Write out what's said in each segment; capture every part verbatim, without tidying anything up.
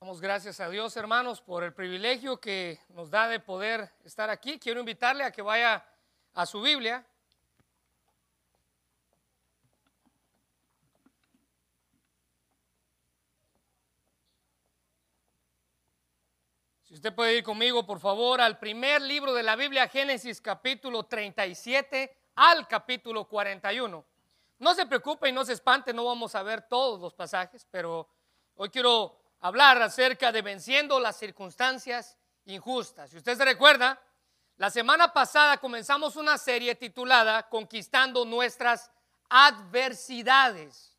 Damos gracias a Dios, hermanos, por el privilegio que nos da de poder estar aquí. Quiero invitarle a que vaya a su Biblia. Si usted puede ir conmigo, por favor, al primer libro de la Biblia, Génesis capítulo treinta y siete al capítulo cuarenta y uno. No se preocupe y no se espante, no vamos a ver todos los pasajes, pero hoy quiero hablar acerca de venciendo las circunstancias injustas. Si usted se recuerda, la semana pasada comenzamos una serie titulada Conquistando nuestras adversidades.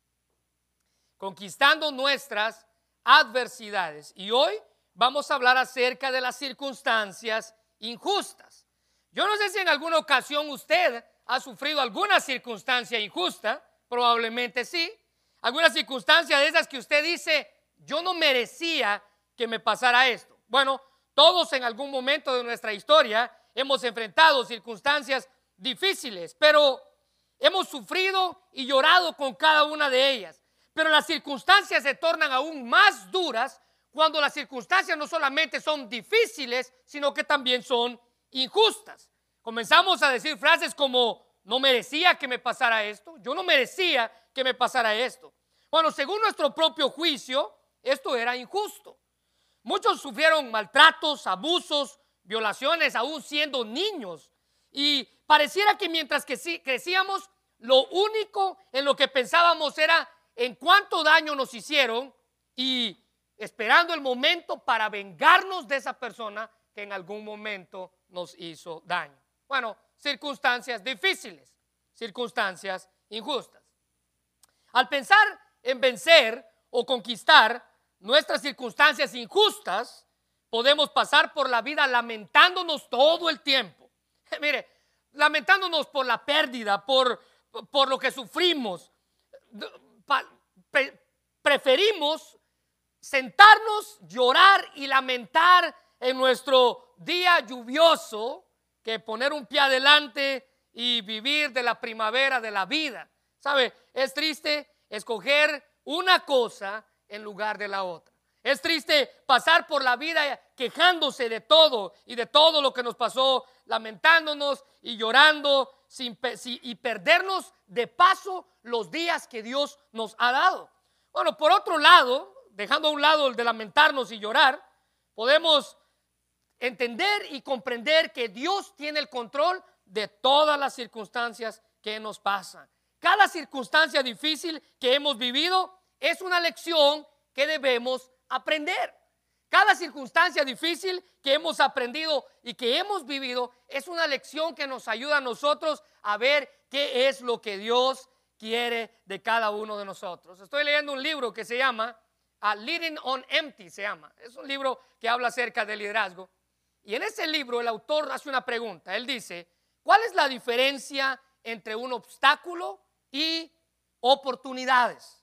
Conquistando nuestras adversidades. Y hoy vamos a hablar acerca de las circunstancias injustas. Yo no sé si en alguna ocasión usted ha sufrido alguna circunstancia injusta, probablemente sí. Alguna circunstancia de esas que usted dice, yo no merecía que me pasara esto. Bueno, todos en algún momento de nuestra historia hemos enfrentado circunstancias difíciles, pero hemos sufrido y llorado con cada una de ellas. Pero las circunstancias se tornan aún más duras cuando las circunstancias no solamente son difíciles, sino que también son injustas. Comenzamos a decir frases como, no merecía que me pasara esto, yo no merecía que me pasara esto. Bueno, según nuestro propio juicio, esto era injusto. Muchos sufrieron maltratos, abusos, violaciones, aún siendo niños. Y pareciera que mientras que sí, crecíamos, lo único en lo que pensábamos era en cuánto daño nos hicieron y esperando el momento para vengarnos de esa persona que en algún momento nos hizo daño. Bueno, circunstancias difíciles, circunstancias injustas. Al pensar en vencer o conquistar nuestras circunstancias injustas, podemos pasar por la vida lamentándonos todo el tiempo. Mire, lamentándonos por la pérdida, por, por lo que sufrimos. Preferimos sentarnos, llorar y lamentar en nuestro día lluvioso que poner un pie adelante y vivir de la primavera de la vida. ¿Sabe? Es triste escoger una cosa en lugar de la otra. Es triste pasar por la vida quejándose de todo y de todo lo que nos pasó, lamentándonos y llorando sin, sin, y perdernos de paso los días que Dios nos ha dado. Bueno, por otro lado, dejando a un lado el de lamentarnos y llorar, podemos entender y comprender que Dios tiene el control de todas las circunstancias que nos pasan. Cada circunstancia difícil que hemos vivido es una lección que debemos aprender. Cada circunstancia difícil que hemos aprendido y que hemos vivido es una lección que nos ayuda a nosotros a ver qué es lo que Dios quiere de cada uno de nosotros. Estoy leyendo un libro que se llama uh, Leading on Empty, se llama. Es un libro que habla acerca del liderazgo. Y en ese libro el autor hace una pregunta. Él dice, ¿cuál es la diferencia entre un obstáculo y oportunidades?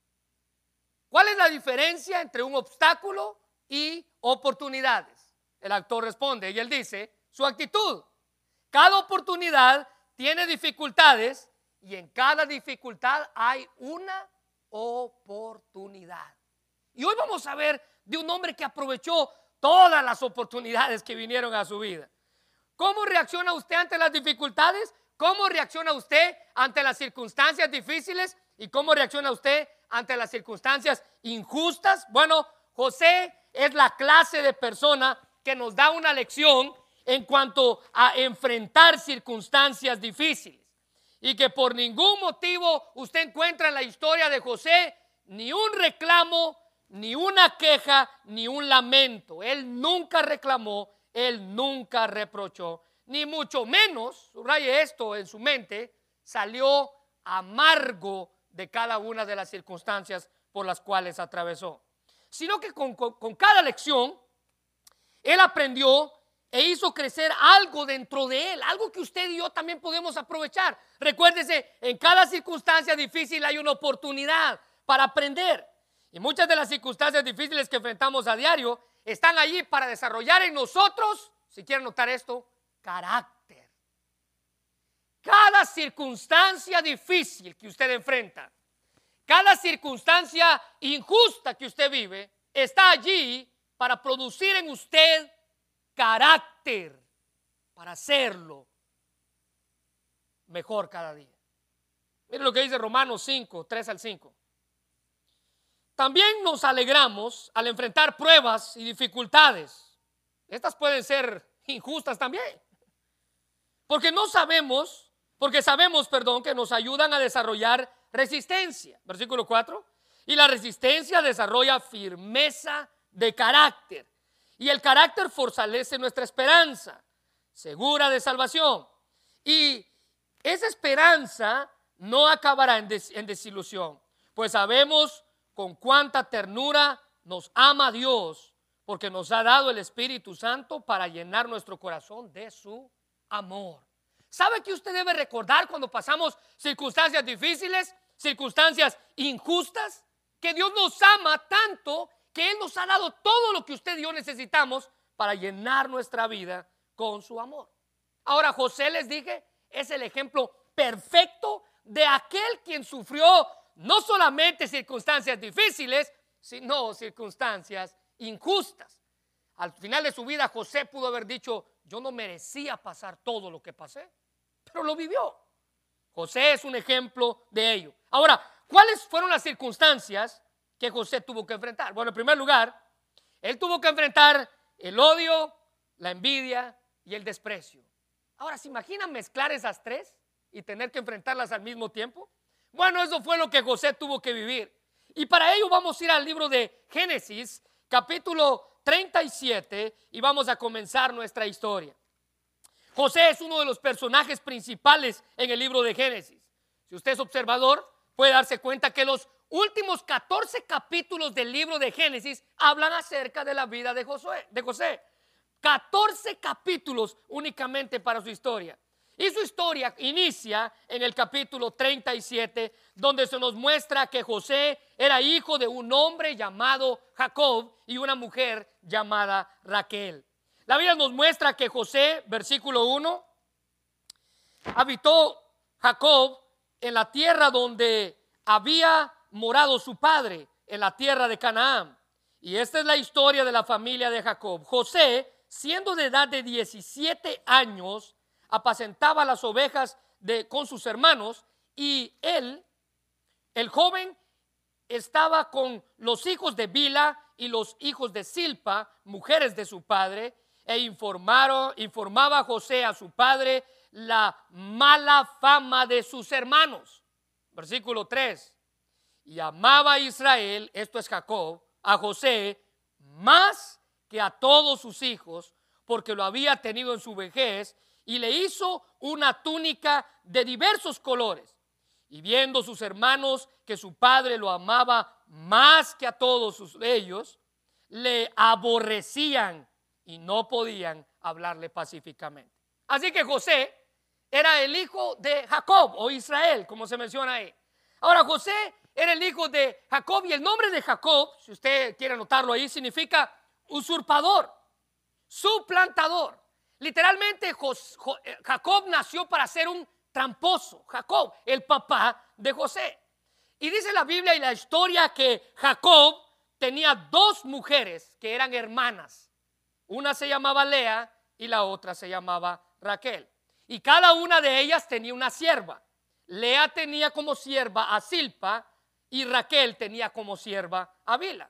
¿Cuál es la diferencia entre un obstáculo y oportunidades? El autor responde y él dice, su actitud. Cada oportunidad tiene dificultades y en cada dificultad hay una oportunidad. Y hoy vamos a ver de un hombre que aprovechó todas las oportunidades que vinieron a su vida. ¿Cómo reacciona usted ante las dificultades? ¿Cómo reacciona usted ante las circunstancias difíciles? ¿Y cómo reacciona usted ante las circunstancias injustas? Bueno, José es la clase de persona que nos da una lección en cuanto a enfrentar circunstancias difíciles. Y que por ningún motivo usted encuentra en la historia de José ni un reclamo, ni una queja, ni un lamento. Él nunca reclamó, él nunca reprochó, ni mucho menos, subraye esto en su mente, salió amargo de cada una de las circunstancias por las cuales atravesó. Sino que con, con, con cada lección, él aprendió e hizo crecer algo dentro de él, algo que usted y yo también podemos aprovechar. Recuérdese, en cada circunstancia difícil hay una oportunidad para aprender. Y muchas de las circunstancias difíciles que enfrentamos a diario están allí para desarrollar en nosotros, si quieren notar esto, carácter. Cada circunstancia difícil que usted enfrenta, cada circunstancia injusta que usted vive, está allí para producir en usted carácter, para hacerlo mejor cada día. Mire lo que dice Romanos cinco, tres al cinco. También nos alegramos al enfrentar pruebas y dificultades. Estas pueden ser injustas también. Porque no sabemos, porque sabemos, perdón, que nos ayudan a desarrollar resistencia. Versículo cuatro. Y la resistencia desarrolla firmeza de carácter. Y el carácter fortalece nuestra esperanza, segura de salvación. Y esa esperanza no acabará en, des- en desilusión, pues sabemos con cuánta ternura nos ama Dios, porque nos ha dado el Espíritu Santo para llenar nuestro corazón de su amor. ¿Sabe que usted debe recordar cuando pasamos circunstancias difíciles, circunstancias injustas? Que Dios nos ama tanto que Él nos ha dado todo lo que usted y yo necesitamos para llenar nuestra vida con su amor. Ahora, José, les dije, es el ejemplo perfecto de aquel quien sufrió no solamente circunstancias difíciles, sino circunstancias injustas. Al final de su vida, José pudo haber dicho: yo no merecía pasar todo lo que pasé, pero lo vivió. José es un ejemplo de ello. Ahora, ¿cuáles fueron las circunstancias que José tuvo que enfrentar? Bueno, en primer lugar, él tuvo que enfrentar el odio, la envidia y el desprecio. Ahora, ¿se imaginan mezclar esas tres y tener que enfrentarlas al mismo tiempo? Bueno, eso fue lo que José tuvo que vivir. Y para ello vamos a ir al libro de Génesis, capítulo treinta y siete, y vamos a comenzar nuestra historia. José es uno de los personajes principales en el libro de Génesis. Si usted es observador, puede darse cuenta que los últimos catorce capítulos del libro de Génesis hablan acerca de la vida de Josué, de José. catorce capítulos únicamente para su historia. Y su historia inicia en el capítulo treinta y siete, donde se nos muestra que José era hijo de un hombre llamado Jacob y una mujer llamada Raquel. La Biblia nos muestra que José, versículo uno, habitó Jacob en la tierra donde había morado su padre, en la tierra de Canaán. Y esta es la historia de la familia de Jacob. José, siendo de edad de diecisiete años, apacentaba las ovejas de, con sus hermanos, y él, el joven, estaba con los hijos de Bila y los hijos de Silpa, mujeres de su padre, e informaron, informaba a José a su padre la mala fama de sus hermanos. Versículo tres. Y amaba a Israel, esto es Jacob, a José más que a todos sus hijos, porque lo había tenido en su vejez, y le hizo una túnica de diversos colores. Y viendo sus hermanos que su padre lo amaba más que a todos sus, ellos, le aborrecían y no podían hablarle pacíficamente. Así que José era el hijo de Jacob, o Israel, como se menciona ahí. Ahora, José era el hijo de Jacob, y el nombre de Jacob, si usted quiere anotarlo ahí, significa usurpador, suplantador. Literalmente Jacob nació para ser un tramposo. Jacob, el papá de José. Y dice la Biblia y la historia que Jacob tenía dos mujeres que eran hermanas. Una se llamaba Lea y la otra se llamaba Raquel. Y cada una de ellas tenía una sierva. Lea tenía como sierva a Silpa y Raquel tenía como sierva a Bila.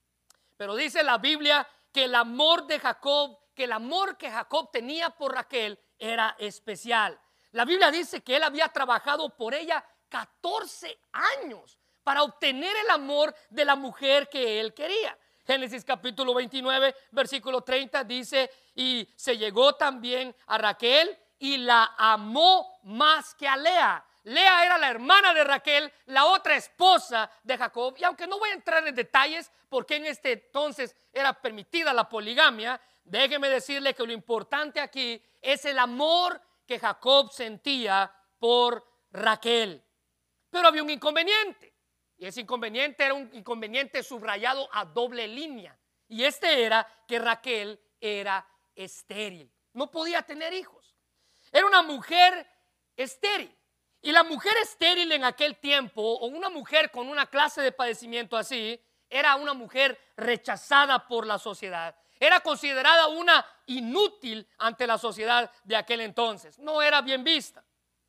Pero dice la Biblia que el amor de Jacob, que el amor que Jacob tenía por Raquel era especial. La Biblia dice que él había trabajado por ella catorce años para obtener el amor de la mujer que él quería. Génesis capítulo veintinueve, versículo treinta dice: y se llegó también a Raquel y la amó más que a Lea. Lea era la hermana de Raquel, la otra esposa de Jacob. Y aunque no voy a entrar en detalles porque en este entonces era permitida la poligamia, déjeme decirle que lo importante aquí es el amor que Jacob sentía por Raquel. Pero había un inconveniente, y ese inconveniente era un inconveniente subrayado a doble línea. Y este era que Raquel era estéril, no podía tener hijos. Era una mujer estéril. Y la mujer estéril en aquel tiempo, o una mujer con una clase de padecimiento así, era una mujer rechazada por la sociedad. Era considerada una inútil ante la sociedad de aquel entonces. No era bien vista.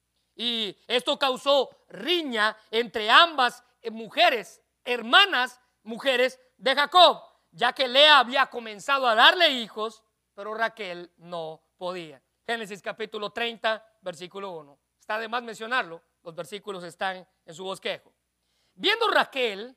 Y esto causó riña entre ambas mujeres, hermanas mujeres de Jacob, ya que Lea había comenzado a darle hijos, pero Raquel no podía. Génesis capítulo treinta, versículo uno. Está de más mencionarlo, los versículos están en su bosquejo. Viendo Raquel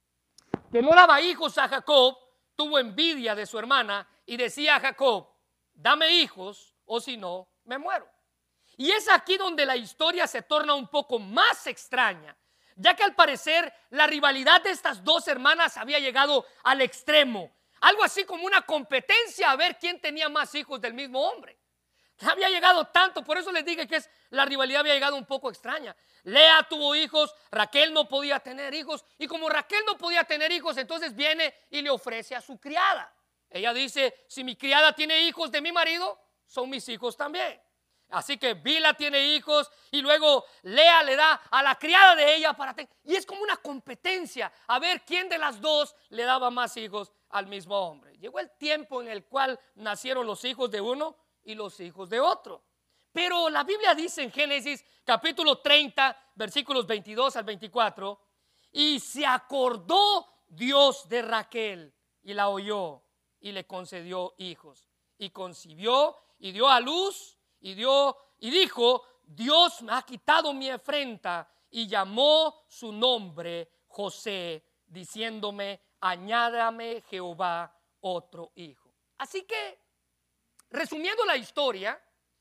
que no daba hijos a Jacob, tuvo envidia de su hermana y decía a Jacob: dame hijos o si no me muero. Y es aquí donde la historia se torna un poco más extraña, ya que al parecer la rivalidad de estas dos hermanas había llegado al extremo, algo así como una competencia a ver quién tenía más hijos del mismo hombre. Había llegado tanto, por eso les dije que es, la rivalidad había llegado un poco extraña. Lea tuvo hijos, Raquel no podía tener hijos, y como Raquel no podía tener hijos, entonces viene y le ofrece a su criada. Ella dice: si mi criada tiene hijos de mi marido, son mis hijos también. Así que Bilha tiene hijos y luego Lea le da a la criada de ella para tener. Y es como una competencia a ver quién de las dos le daba más hijos al mismo hombre. Llegó el tiempo en el cual nacieron los hijos de uno y los hijos de otro. Pero la Biblia dice en Génesis capítulo treinta, versículos veintidós al veinticuatro: y se acordó Dios de Raquel y la oyó y le concedió hijos. Y concibió y dio a luz y dio y dijo: Dios me ha quitado mi afrenta, y llamó su nombre José, diciéndome: añádame Jehová otro hijo. Así que, resumiendo la historia,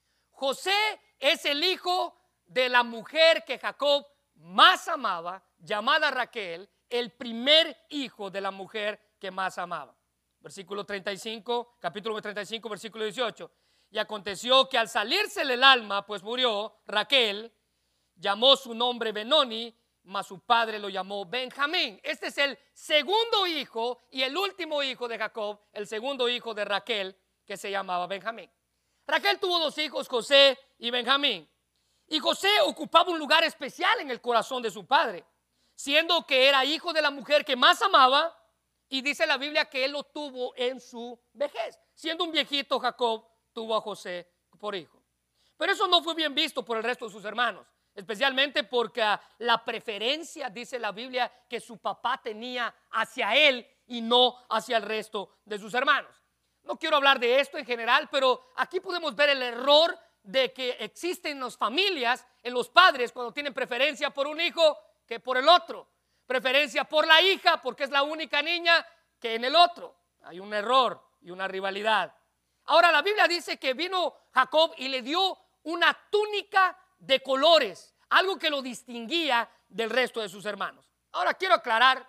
José es el hijo de la mujer que Jacob más amaba, llamada Raquel, el primer hijo de la mujer que más amaba. Versículo treinta y cinco, capítulo treinta y cinco, versículo dieciocho. Y aconteció que al salírsele el alma, pues murió, Raquel llamó su nombre Benoni, mas su padre lo llamó Benjamín. Este es el segundo hijo y el último hijo de Jacob, el segundo hijo de Raquel, que se llamaba Benjamín. Raquel tuvo dos hijos, José y Benjamín. Y José ocupaba un lugar especial en el corazón de su padre, siendo que era hijo de la mujer que más amaba, y dice la Biblia que él lo tuvo en su vejez. Siendo un viejito, Jacob tuvo a José por hijo. Pero eso no fue bien visto por el resto de sus hermanos, especialmente porque la preferencia, dice la Biblia, que su papá tenía hacia él y no hacia el resto de sus hermanos. No quiero hablar de esto en general, pero aquí podemos ver el error de que existen en las familias, en los padres, cuando tienen preferencia por un hijo que por el otro. Preferencia por la hija porque es la única niña que en el otro. Hay un error y una rivalidad. Ahora la Biblia dice que vino Jacob y le dio una túnica de colores, algo que lo distinguía del resto de sus hermanos. Ahora quiero aclarar,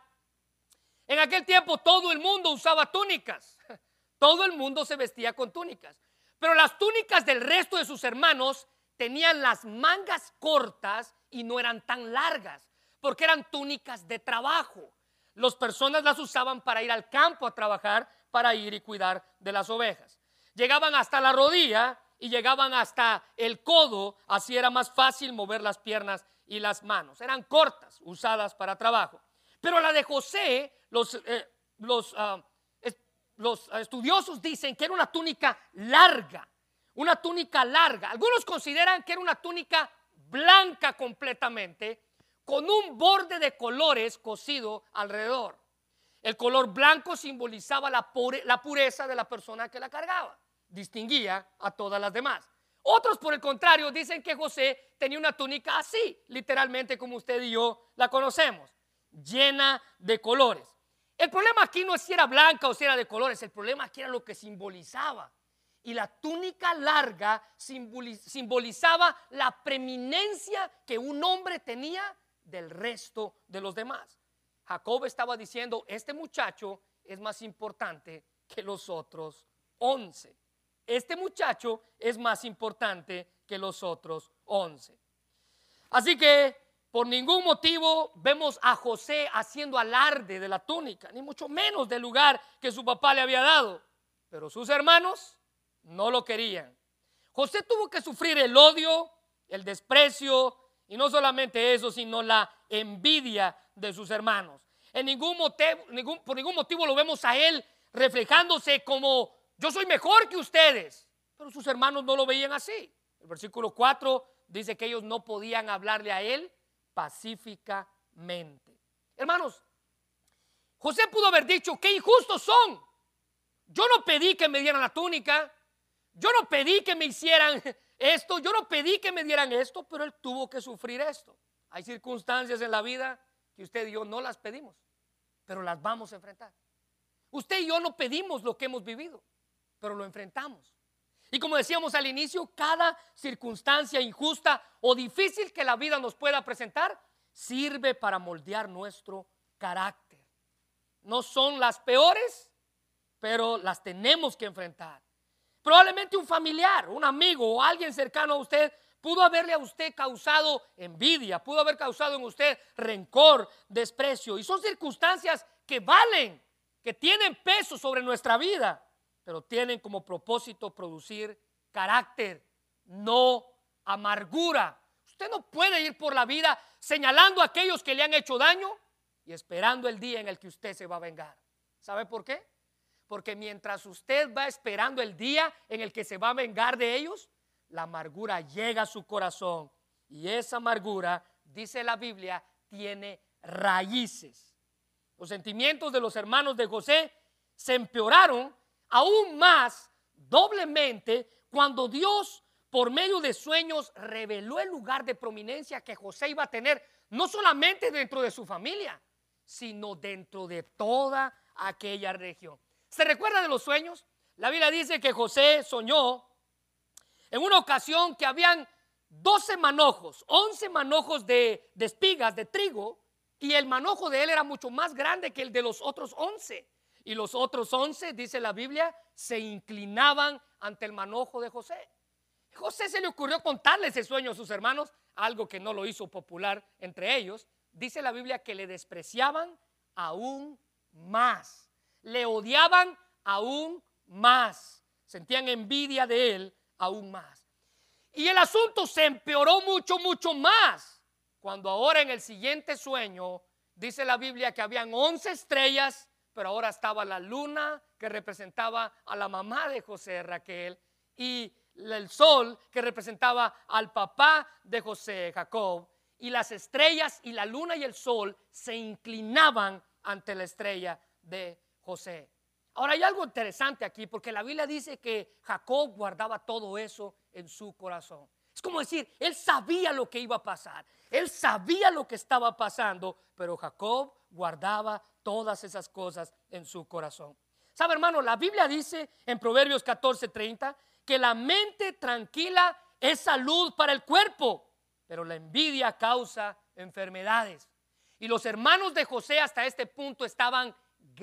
en aquel tiempo todo el mundo usaba túnicas. Todo el mundo se vestía con túnicas, pero las túnicas del resto de sus hermanos tenían las mangas cortas y no eran tan largas, porque eran túnicas de trabajo. Las personas las usaban para ir al campo a trabajar, para ir y cuidar de las ovejas. Llegaban hasta la rodilla y llegaban hasta el codo, así era más fácil mover las piernas y las manos. Eran cortas, usadas para trabajo. Pero la de José, los... Eh, los uh, Los estudiosos dicen que era una túnica larga, una túnica larga. Algunos consideran que era una túnica blanca completamente, con un borde de colores cosido alrededor. El color blanco simbolizaba la, pure, la pureza de la persona que la cargaba, distinguía a todas las demás. Otros, por el contrario, dicen que José tenía una túnica así, literalmente como usted y yo la conocemos, llena de colores. El problema aquí no es si era blanca o si era de colores, el problema aquí era lo que simbolizaba. Y la túnica larga simbolizaba la preeminencia que un hombre tenía del resto de los demás. Jacob estaba diciendo: este muchacho es más importante que los otros once. Este muchacho es más importante que los otros once. Así que por ningún motivo vemos a José haciendo alarde de la túnica, ni mucho menos del lugar que su papá le había dado. Pero sus hermanos no lo querían. José tuvo que sufrir el odio, el desprecio, y no solamente eso, sino la envidia de sus hermanos. En ningún motivo, ningún, por ningún motivo lo vemos a él reflejándose como yo soy mejor que ustedes. Pero sus hermanos no lo veían así. El versículo cuatro dice que ellos no podían hablarle a él pacíficamente. Hermanos, José pudo haber dicho, qué injustos son. Yo no pedí que me dieran la túnica, yo no pedí que me hicieran esto, yo no pedí que me dieran esto, pero él tuvo que sufrir esto. Hay circunstancias en la vida que usted y yo no las pedimos, pero las vamos a enfrentar. Usted y yo no pedimos lo que hemos vivido, pero lo enfrentamos. Y como decíamos al inicio, cada circunstancia injusta o difícil que la vida nos pueda presentar sirve para moldear nuestro carácter. No son las peores, pero las tenemos que enfrentar. Probablemente un familiar, un amigo o alguien cercano a usted pudo haberle a usted causado envidia, pudo haber causado en usted rencor, desprecio. Y son circunstancias que valen, que tienen peso sobre nuestra vida, pero tienen como propósito producir carácter, no amargura. Usted no puede ir por la vida señalando a aquellos que le han hecho daño y esperando el día en el que usted se va a vengar. ¿Sabe por qué? Porque mientras usted va esperando el día en el que se va a vengar de ellos, la amargura llega a su corazón. Y esa amargura, dice la Biblia, tiene raíces. Los sentimientos de los hermanos de José se empeoraron aún más doblemente cuando Dios, por medio de sueños, reveló el lugar de prominencia que José iba a tener, no solamente dentro de su familia, sino dentro de toda aquella región. ¿Se recuerda de los sueños? La Biblia dice que José soñó en una ocasión que habían doce manojos, once manojos de, de espigas de trigo, y el manojo de él era mucho más grande que el de los otros once. Y los otros once, dice la Biblia, se inclinaban ante el manojo de José. José se le ocurrió contarle ese sueño a sus hermanos, algo que no lo hizo popular entre ellos. Dice la Biblia que le despreciaban aún más, le odiaban aún más, sentían envidia de él aún más. Y el asunto se empeoró mucho, mucho más, cuando ahora en el siguiente sueño, dice la Biblia que habían once estrellas, pero ahora estaba la luna que representaba a la mamá de José, Raquel, y el sol que representaba al papá de José, Jacob, y las estrellas y la luna y el sol se inclinaban ante la estrella de José. Ahora hay algo interesante aquí, porque la Biblia dice que Jacob guardaba todo eso en su corazón. Es como decir, él sabía lo que iba a pasar, él sabía lo que estaba pasando, pero Jacob guardaba todas esas cosas en su corazón. ¿Sabe, hermano? La Biblia dice en Proverbios catorce treinta que la mente tranquila es salud para el cuerpo, pero la envidia causa enfermedades. Y los hermanos de José hasta este punto estaban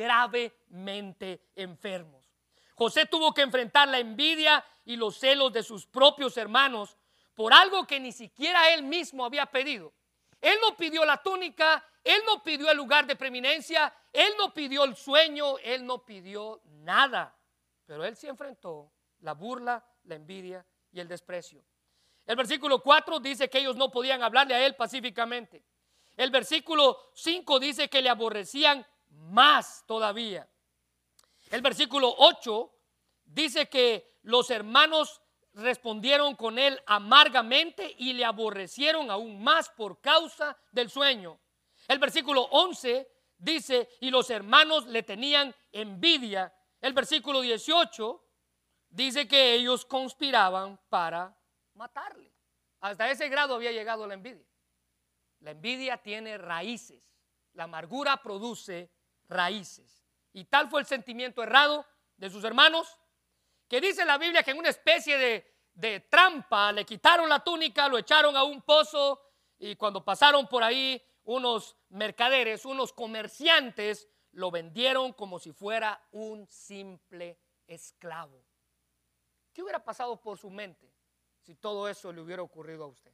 gravemente enfermos. José tuvo que enfrentar la envidia y los celos de sus propios hermanos por algo que ni siquiera él mismo había pedido. Él no pidió la túnica, él no pidió el lugar de preeminencia, él no pidió el sueño, él no pidió nada, pero él sí enfrentó la burla, la envidia y el desprecio. El versículo cuatro dice que ellos no podían hablarle a él pacíficamente. El versículo cinco dice que le aborrecían más todavía. El versículo ocho dice que los hermanos respondieron con él amargamente y le aborrecieron aún más por causa del sueño. El versículo once dice, y los hermanos le tenían envidia. El versículo dieciocho dice que ellos conspiraban para matarle. Hasta ese grado había llegado la envidia. La envidia tiene raíces. La amargura produce raíces. Y tal fue el sentimiento errado de sus hermanos, que dice la Biblia que en una especie de, de trampa le quitaron la túnica, lo echaron a un pozo, y cuando pasaron por ahí unos mercaderes, unos comerciantes, lo vendieron como si fuera un simple esclavo. ¿Qué hubiera pasado por su mente si todo eso le hubiera ocurrido a usted?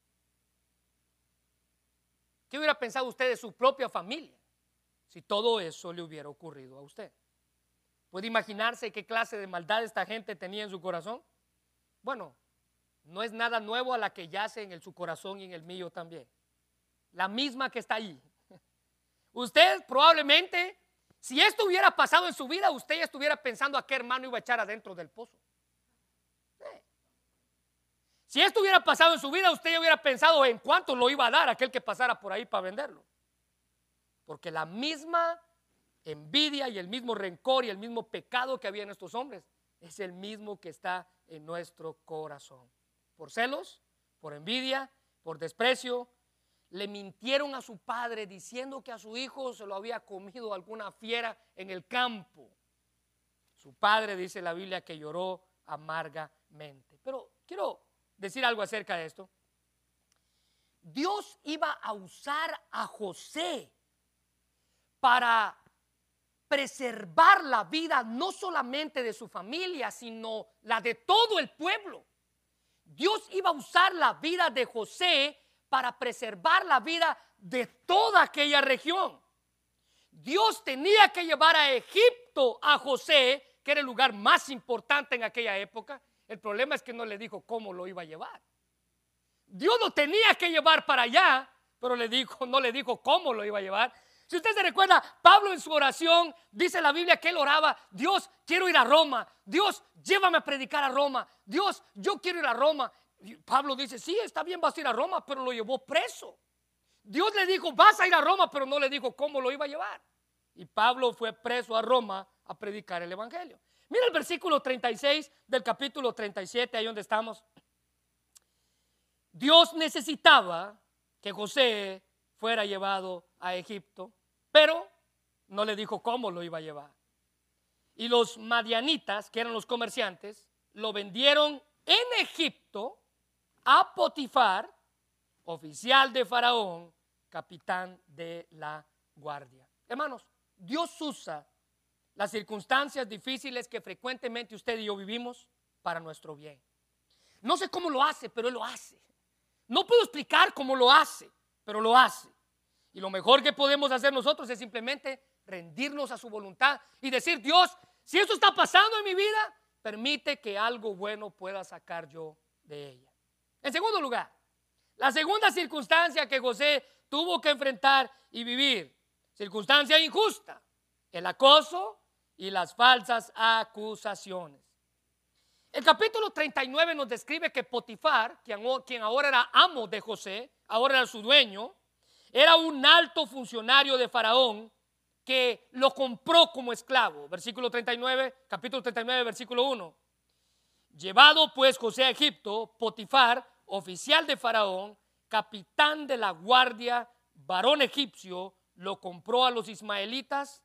¿Qué hubiera pensado usted de su propia familia si todo eso le hubiera ocurrido a usted? ¿Puede imaginarse qué clase de maldad esta gente tenía en su corazón? Bueno, no es nada nuevo a la que yace en el, su corazón y en el mío también. La misma que está ahí. Usted probablemente, si esto hubiera pasado en su vida, usted ya estuviera pensando a qué hermano iba a echar adentro del pozo. Sí. Si esto hubiera pasado en su vida, usted ya hubiera pensado en cuánto lo iba a dar a aquel que pasara por ahí para venderlo. Porque la misma envidia y el mismo rencor y el mismo pecado que había en estos hombres es el mismo que está en nuestro corazón. Por celos, por envidia, por desprecio, le mintieron a su padre diciendo que a su hijo se lo había comido alguna fiera en el campo. Su padre, dice la Biblia, que lloró amargamente. Pero quiero decir algo acerca de esto. Dios iba a usar a José para preservar la vida no solamente de su familia, sino la de todo el pueblo. Dios iba a usar la vida de José para preservar la vida de toda aquella región. Dios tenía que llevar a Egipto a José, que era el lugar más importante en aquella época. El problema es que no le dijo cómo lo iba a llevar. Dios lo tenía que llevar para allá, pero le dijo, no le dijo cómo lo iba a llevar. Si usted se recuerda, Pablo en su oración dice la Biblia que él oraba: Dios, quiero ir a Roma. Dios, llévame a predicar a Roma. Dios, yo quiero ir a Roma. Y Pablo dice: sí, está bien, vas a ir a Roma, pero lo llevó preso. Dios le dijo: vas a ir a Roma, pero no le dijo cómo lo iba a llevar. Y Pablo fue preso a Roma a predicar el evangelio. Mira el versículo treinta y seis del capítulo treinta y siete, ahí donde estamos. Dios necesitaba que José fuera llevado a Egipto, pero no le dijo cómo lo iba a llevar. Y los madianitas, que eran los comerciantes, lo vendieron en Egipto a Potifar, oficial de Faraón, capitán de la guardia. Hermanos, Dios usa las circunstancias difíciles que frecuentemente usted y yo vivimos para nuestro bien. No sé cómo lo hace, pero Él lo hace. No puedo explicar cómo lo hace, pero lo hace. Y lo mejor que podemos hacer nosotros es simplemente rendirnos a su voluntad y decir: Dios, si esto está pasando en mi vida, permite que algo bueno pueda sacar yo de ella. En segundo lugar, la segunda circunstancia que José tuvo que enfrentar y vivir, circunstancia injusta, el acoso y las falsas acusaciones. El capítulo treinta y nueve nos describe que Potifar, quien ahora era amo de José, ahora era su dueño, era un alto funcionario de Faraón que lo compró como esclavo. Versículo treinta y nueve, capítulo treinta y nueve, versículo uno. Llevado pues José a Egipto, Potifar, oficial de Faraón, capitán de la guardia, varón egipcio, lo compró a los ismaelitas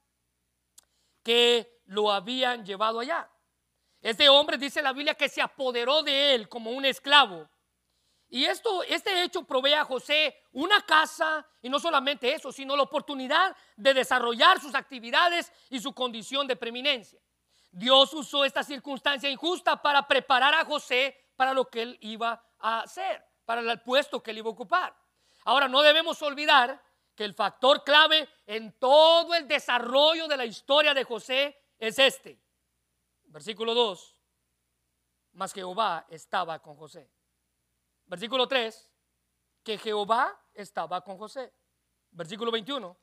que lo habían llevado allá. Este hombre, dice la Biblia, que se apoderó de él como un esclavo. Y esto, este hecho provee a José una casa, y no solamente eso, sino la oportunidad de desarrollar sus actividades y su condición de preeminencia. Dios usó esta circunstancia injusta para preparar a José para lo que él iba a hacer, para el puesto que él iba a ocupar. Ahora, no debemos olvidar que el factor clave en todo el desarrollo de la historia de José es este. Versículo dos, mas Jehová estaba con José. Versículo tres, que Jehová estaba con José. Versículo veintiuno,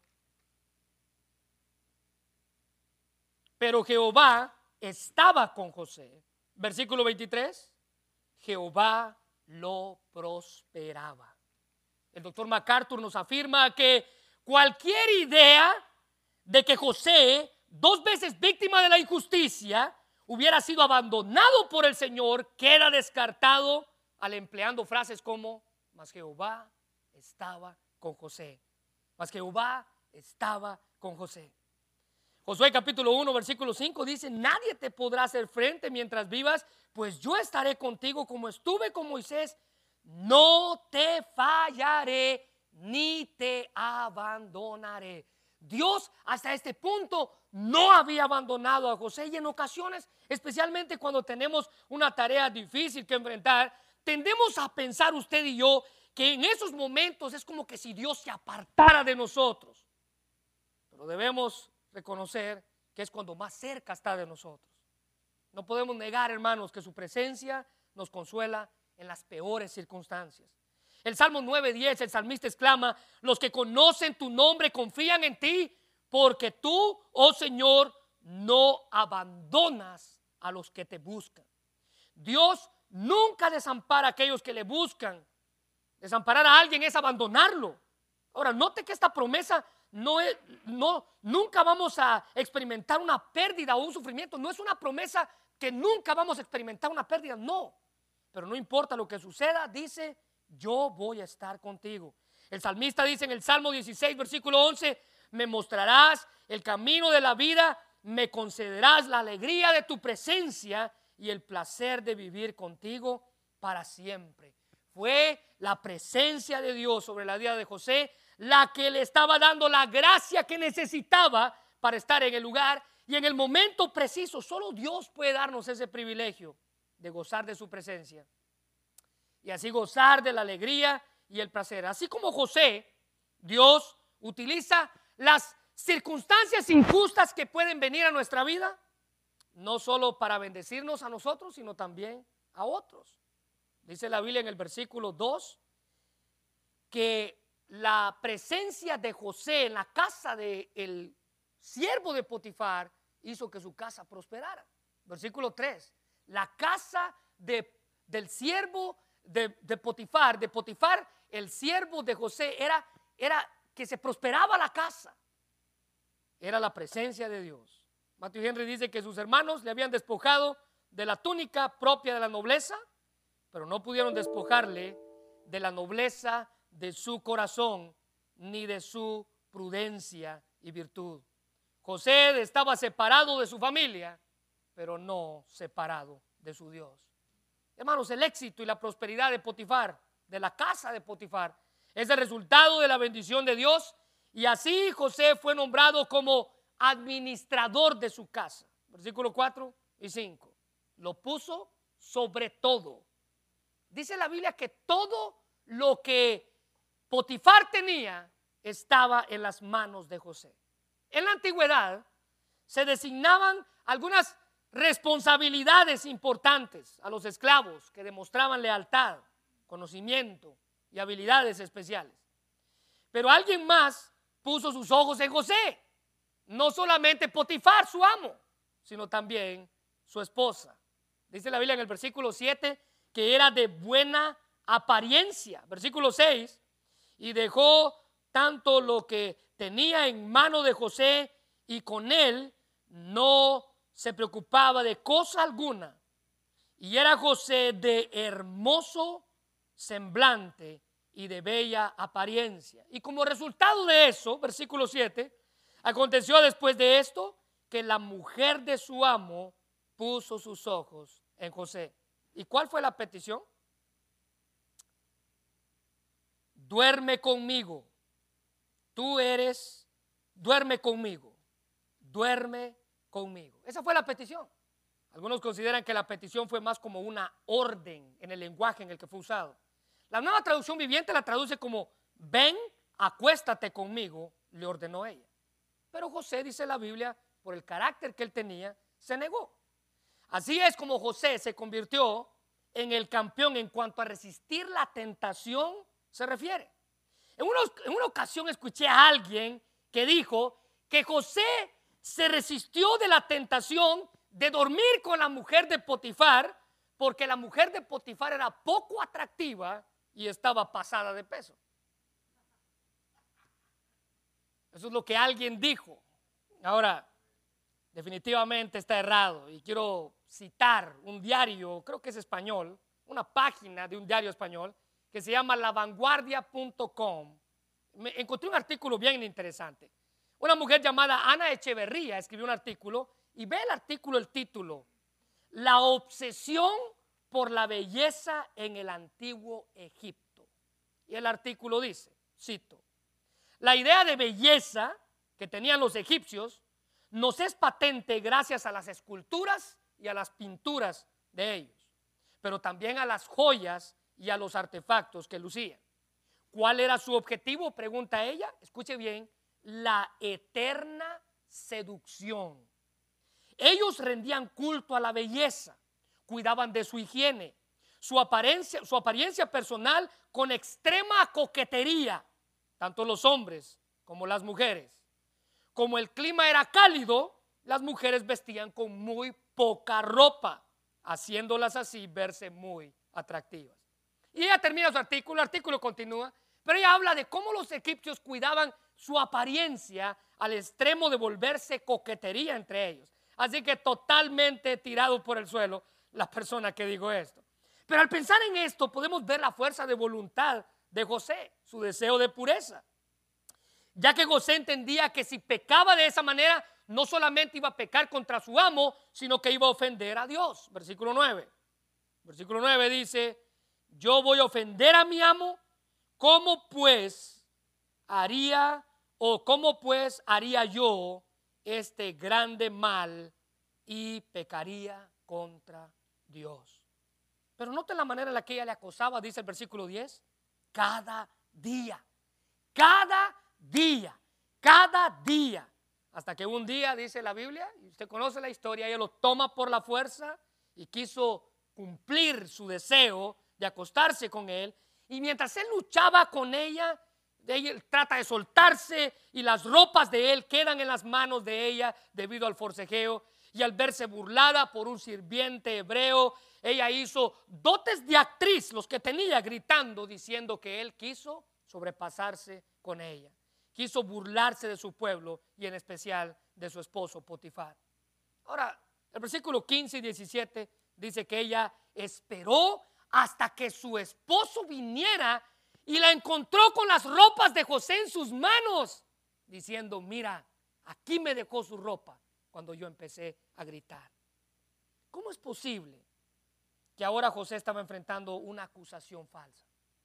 pero Jehová estaba con José. Versículo veintitrés, Jehová lo prosperaba. El doctor MacArthur nos afirma que cualquier idea de que José, dos veces víctima de la injusticia, hubiera sido abandonado por el Señor, queda descartado al empleando frases como: mas Jehová estaba con José. Mas Jehová estaba con José. Josué capítulo uno, versículo cinco dice: nadie te podrá hacer frente mientras vivas, pues yo estaré contigo como estuve con Moisés. No te fallaré ni te abandonaré. Dios hasta este punto no había abandonado a José, y en ocasiones, especialmente cuando tenemos una tarea difícil que enfrentar, tendemos a pensar usted y yo que en esos momentos es como que si Dios se apartara de nosotros. Pero debemos reconocer que es cuando más cerca está de nosotros. No podemos negar, hermanos, que su presencia nos consuela en las peores circunstancias. El Salmo nueve diez, el salmista exclama: los que conocen tu nombre confían en ti, porque tú, oh Señor, no abandonas a los que te buscan. Dios nunca desampara a aquellos que le buscan. Desamparar a alguien es abandonarlo. Ahora, note que esta promesa no es, no, nunca vamos a experimentar una pérdida o un sufrimiento. No es una promesa que nunca vamos a experimentar una pérdida, no. Pero no importa lo que suceda, dice: yo voy a estar contigo. El salmista dice en el Salmo dieciséis, versículo once: me mostrarás el camino de la vida, me concederás la alegría de tu presencia y el placer de vivir contigo para siempre. Fue la presencia de Dios sobre la vida de José la que le estaba dando la gracia que necesitaba para estar en el lugar y en el momento preciso. Solo Dios puede darnos ese privilegio de gozar de su presencia y así gozar de la alegría y el placer. Así como José, Dios utiliza las circunstancias injustas que pueden venir a nuestra vida, no solo para bendecirnos a nosotros, sino también a otros. Dice la Biblia en el versículo dos que la presencia de José en la casa del siervo de Potifar hizo que su casa prosperara. Versículo tres: la casa de, del siervo de, de Potifar, de Potifar, el siervo de José, era, era que se prosperaba la casa. Era la presencia de Dios. Matthew Henry dice que sus hermanos le habían despojado de la túnica propia de la nobleza, pero no pudieron despojarle de la nobleza de su corazón ni de su prudencia y virtud. José estaba separado de su familia, pero no separado de su Dios. Hermanos, el éxito y la prosperidad de Potifar, de la casa de Potifar, es el resultado de la bendición de Dios, y así José fue nombrado como administrador de su casa. Versículos cuatro y cinco. Lo puso sobre todo. Dice la Biblia que todo lo que Potifar tenía estaba en las manos de José. En la antigüedad se designaban algunas responsabilidades importantes a los esclavos que demostraban lealtad, conocimiento y habilidades especiales. Pero alguien más puso sus ojos en José. No solamente Potifar, su amo, sino también su esposa. Dice la Biblia en el versículo siete que era de buena apariencia. Versículo seis: y dejó tanto lo que tenía en mano de José, y con él no se preocupaba de cosa alguna. Y era José de hermoso semblante y de bella apariencia. Y como resultado de eso, versículo siete, aconteció después de esto que la mujer de su amo puso sus ojos en José. ¿Y cuál fue la petición? Duerme conmigo. Tú eres, duerme conmigo. Duerme conmigo. Esa fue la petición. Algunos consideran que la petición fue más como una orden en el lenguaje en el que fue usado. La Nueva Traducción Viviente la traduce como: ven, acuéstate conmigo, le ordenó ella. Pero José, dice la Biblia, por el carácter que él tenía, se negó. Así es como José se convirtió en el campeón en cuanto a resistir la tentación se refiere. En una, en una ocasión escuché a alguien que dijo que José se resistió de la tentación de dormir con la mujer de Potifar porque la mujer de Potifar era poco atractiva y estaba pasada de peso. Eso es lo que alguien dijo. Ahora, definitivamente está errado, y quiero citar un diario, creo que es español, una página de un diario español que se llama la vanguardia punto com. Me encontré un artículo bien interesante. Una mujer llamada Ana Echeverría escribió un artículo, y ve el artículo, el título: la obsesión por la belleza en el antiguo Egipto. Y el artículo dice, cito: la idea de belleza que tenían los egipcios nos es patente gracias a las esculturas y a las pinturas de ellos, pero también a las joyas y a los artefactos que lucían. ¿Cuál era su objetivo?, pregunta ella. Escuche bien: la eterna seducción. Ellos rendían culto a la belleza, cuidaban de su higiene, su apariencia, su apariencia personal con extrema coquetería, tanto los hombres como las mujeres. Como el clima era cálido, las mujeres vestían con muy poca ropa, haciéndolas así verse muy atractivas. Y ella termina su artículo, el artículo continúa, pero ella habla de cómo los egipcios cuidaban su apariencia al extremo de volverse coquetería entre ellos. Así que totalmente tirado por el suelo la persona que dijo esto. Pero al pensar en esto podemos ver la fuerza de voluntad de José, su deseo de pureza. Ya que José entendía que si pecaba de esa manera, no solamente iba a pecar contra su amo, sino que iba a ofender a Dios. Versículo nueve. Versículo nueve dice, yo voy a ofender a mi amo, ¿cómo pues haría o cómo pues haría yo este grande mal y pecaría contra Dios? Pero noten la manera en la que ella le acosaba, dice el versículo diez, cada día, cada día, cada día, hasta que un día, dice la Biblia, y usted conoce la historia, ella lo toma por la fuerza y quiso cumplir su deseo de acostarse con él, y mientras él luchaba con ella, ella trata de soltarse y las ropas de él quedan en las manos de ella debido al forcejeo, y al verse burlada por un sirviente hebreo, ella hizo dotes de actriz, los que tenía, gritando, diciendo que él quiso sobrepasarse con ella, quiso burlarse de su pueblo y en especial de su esposo Potifar. Ahora, el versículo quince y diecisiete dice que ella esperó hasta que su esposo viniera y la encontró con las ropas de José en sus manos, diciendo, mira, aquí me dejó su ropa cuando yo empecé a gritar. ¿Cómo es posible que ahora José estaba enfrentando una acusación falsa?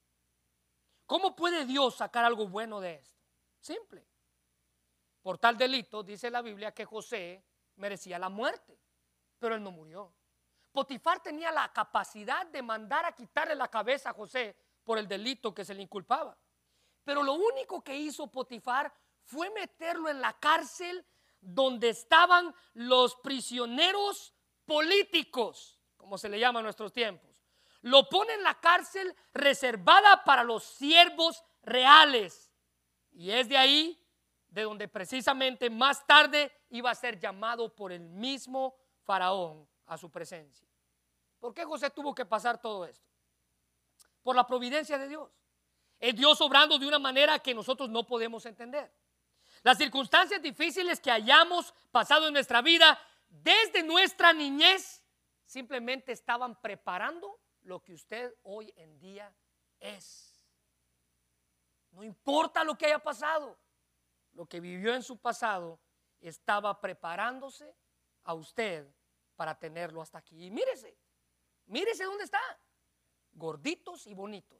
¿Cómo puede Dios sacar algo bueno de esto? Simple. Por tal delito dice la Biblia que José merecía la muerte, pero él no murió. Potifar tenía la capacidad de mandar a quitarle la cabeza a José por el delito que se le inculpaba. Pero lo único que hizo Potifar fue meterlo en la cárcel donde estaban los prisioneros políticos, como se le llama en nuestros tiempos. Lo pone en la cárcel reservada para los siervos reales. Y es de ahí de donde precisamente más tarde iba a ser llamado por el mismo faraón a su presencia. ¿Por qué José tuvo que pasar todo esto? Por la providencia de Dios. Es Dios obrando de una manera que nosotros no podemos entender. Las circunstancias difíciles que hayamos pasado en nuestra vida desde nuestra niñez simplemente estaban preparando lo que usted hoy en día es. No importa lo que haya pasado, lo que vivió en su pasado estaba preparándose a usted para tenerlo hasta aquí. Y mírese, mírese dónde está, gorditos y bonitos.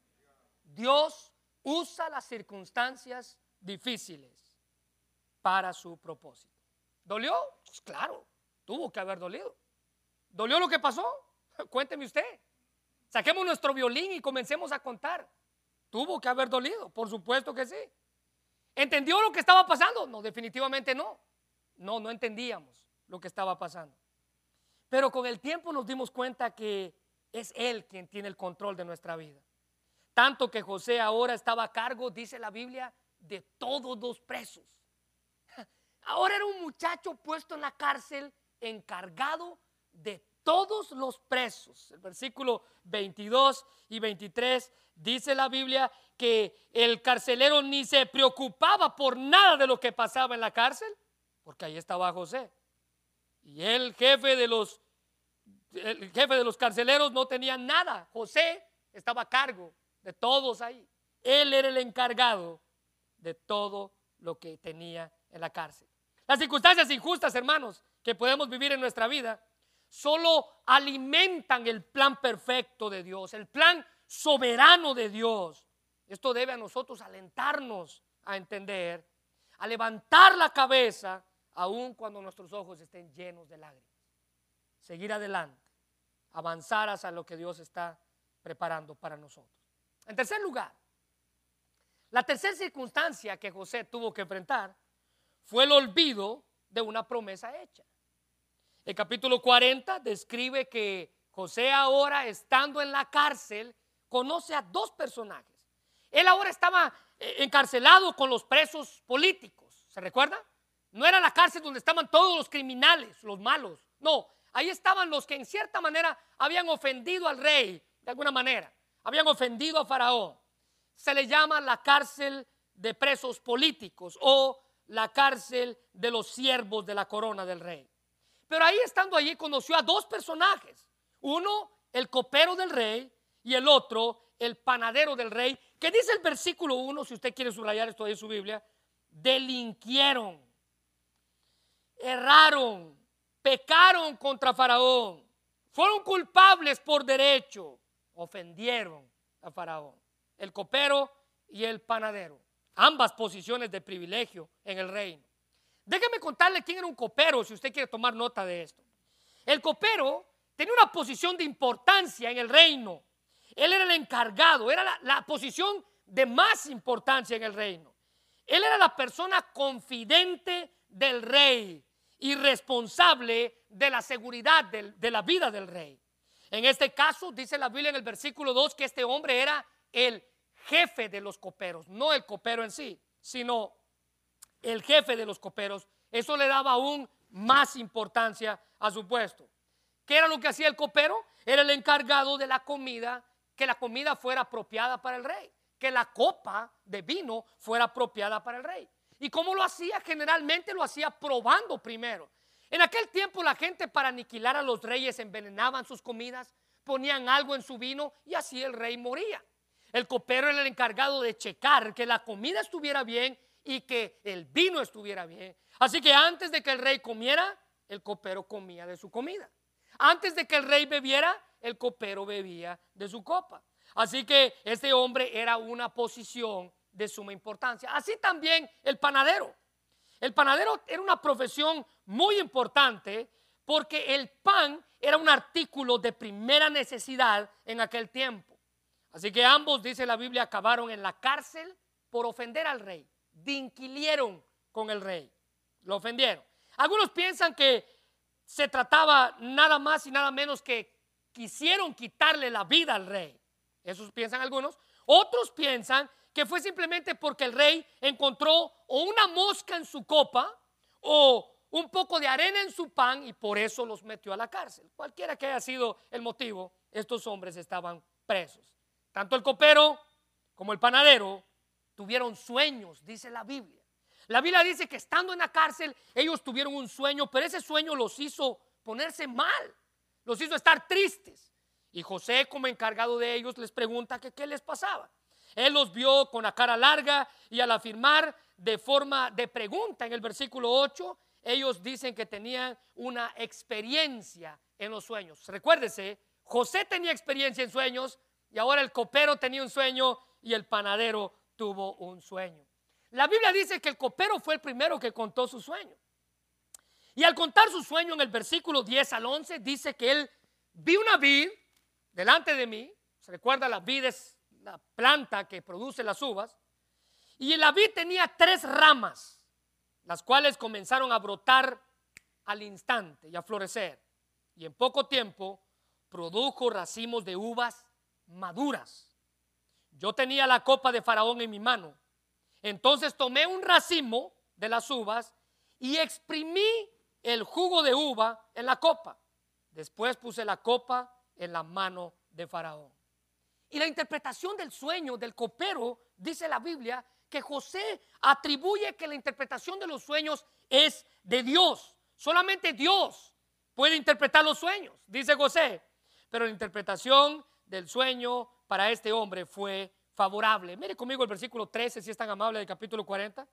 Dios usa las circunstancias difíciles para su propósito. ¿Dolió? Pues claro, tuvo que haber dolido. ¿Dolió lo que pasó? Cuénteme usted. Saquemos nuestro violín y comencemos a contar. Tuvo que haber dolido, por supuesto que sí. ¿Entendió lo que estaba pasando? No, definitivamente no. No, no entendíamos lo que estaba pasando. Pero con el tiempo nos dimos cuenta que es Él quien tiene el control de nuestra vida. Tanto que José ahora estaba a cargo, dice la Biblia, de todos los presos. Ahora era un muchacho puesto en la cárcel, encargado de todos los presos. El versículo veintidós y veintitrés dice la Biblia que el carcelero ni se preocupaba por nada de lo que pasaba en la cárcel, porque ahí estaba José. Y el jefe de los, el jefe de los carceleros no tenía nada. José estaba a cargo de todos ahí. Él era el encargado de todo lo que tenía en la cárcel. Las circunstancias injustas, hermanos, que podemos vivir en nuestra vida, solo alimentan el plan perfecto de Dios, el plan soberano de Dios. Esto debe a nosotros alentarnos a entender, a levantar la cabeza, aun cuando nuestros ojos estén llenos de lágrimas. Seguir adelante, avanzar hacia lo que Dios está preparando para nosotros. En tercer lugar, la tercera circunstancia que José tuvo que enfrentar fue el olvido de una promesa hecha. El capítulo cuarenta describe que José ahora, estando en la cárcel, conoce a dos personajes. Él ahora estaba eh, encarcelado con los presos políticos, ¿se recuerda? No era la cárcel donde estaban todos los criminales, los malos. No, ahí estaban los que en cierta manera habían ofendido al rey, de alguna manera. Habían ofendido a Faraón. Se le llama la cárcel de presos políticos o la cárcel de los siervos de la corona del rey. Pero ahí, estando allí, conoció a dos personajes. Uno, el copero del rey, y el otro, el panadero del rey, que dice el versículo uno, si usted quiere subrayar esto ahí en su Biblia: delinquieron, erraron, pecaron contra Faraón, fueron culpables por derecho, ofendieron a Faraón. El copero y el panadero, ambas posiciones de privilegio en el reino. Déjeme contarle quién era un copero, si usted quiere tomar nota de esto. El copero tenía una posición de importancia en el reino. Él era el encargado, era la, la posición de más importancia en el reino. Él era la persona confidente del rey y responsable de la seguridad del, de la vida del rey. En este caso, dice la Biblia en el versículo dos que este hombre era el jefe de los coperos, no el copero en sí, sino el jefe de los coperos. Eso le daba aún más importancia a su puesto. ¿Qué era lo que hacía el copero? Era el encargado de la comida, que la comida fuera apropiada para el rey, que la copa de vino fuera apropiada para el rey. ¿Y cómo lo hacía? Generalmente lo hacía probando primero. En aquel tiempo la gente, para aniquilar a los reyes, envenenaban sus comidas, ponían algo en su vino y así el rey moría. El copero era el encargado de checar que la comida estuviera bien y que el vino estuviera bien. Así que antes de que el rey comiera, el copero comía de su comida. Antes de que el rey bebiera, el copero bebía de su copa. Así que este hombre era una posición de suma importancia. Así también el panadero. El panadero era una profesión muy importante porque el pan era un artículo de primera necesidad en aquel tiempo. Así que ambos, dice la Biblia, acabaron en la cárcel por ofender al rey. Dinquilieron con el rey, lo ofendieron. Algunos piensan que se trataba nada más y nada menos que quisieron quitarle la vida al rey. Eso piensan algunos. Otros piensan que fue simplemente porque el rey encontró o una mosca en su copa o un poco de arena en su pan y por eso los metió a la cárcel. Cualquiera que haya sido el motivo, estos hombres estaban presos. Tanto el copero como el panadero tuvieron sueños, dice la Biblia. La Biblia dice que estando en la cárcel ellos tuvieron un sueño, pero ese sueño los hizo ponerse mal, los hizo estar tristes. Y José, como encargado de ellos, les pregunta que qué les pasaba. Él los vio con la cara larga y al afirmar de forma de pregunta en el versículo ocho, ellos dicen que tenían una experiencia en los sueños. Recuérdese, José tenía experiencia en sueños y ahora el copero tenía un sueño y el panadero tuvo un sueño. La Biblia dice que el copero fue el primero que contó su sueño. Y al contar su sueño en el versículo diez al once dice que él vi una vid delante de mí. Se recuerda, la vid es la planta que produce las uvas. Y la vid tenía tres ramas, las cuales comenzaron a brotar al instante y a florecer. Y en poco tiempo produjo racimos de uvas maduras. Yo tenía la copa de Faraón en mi mano. Entonces tomé un racimo de las uvas y exprimí el jugo de uva en la copa. Después puse la copa en la mano de Faraón. Y la interpretación del sueño del copero, dice la Biblia, que José atribuye que la interpretación de los sueños es de Dios. Solamente Dios puede interpretar los sueños, dice José. Pero la interpretación del sueño para este hombre fue favorable. Mire conmigo el versículo trece, si es tan amable, del capítulo cuarenta.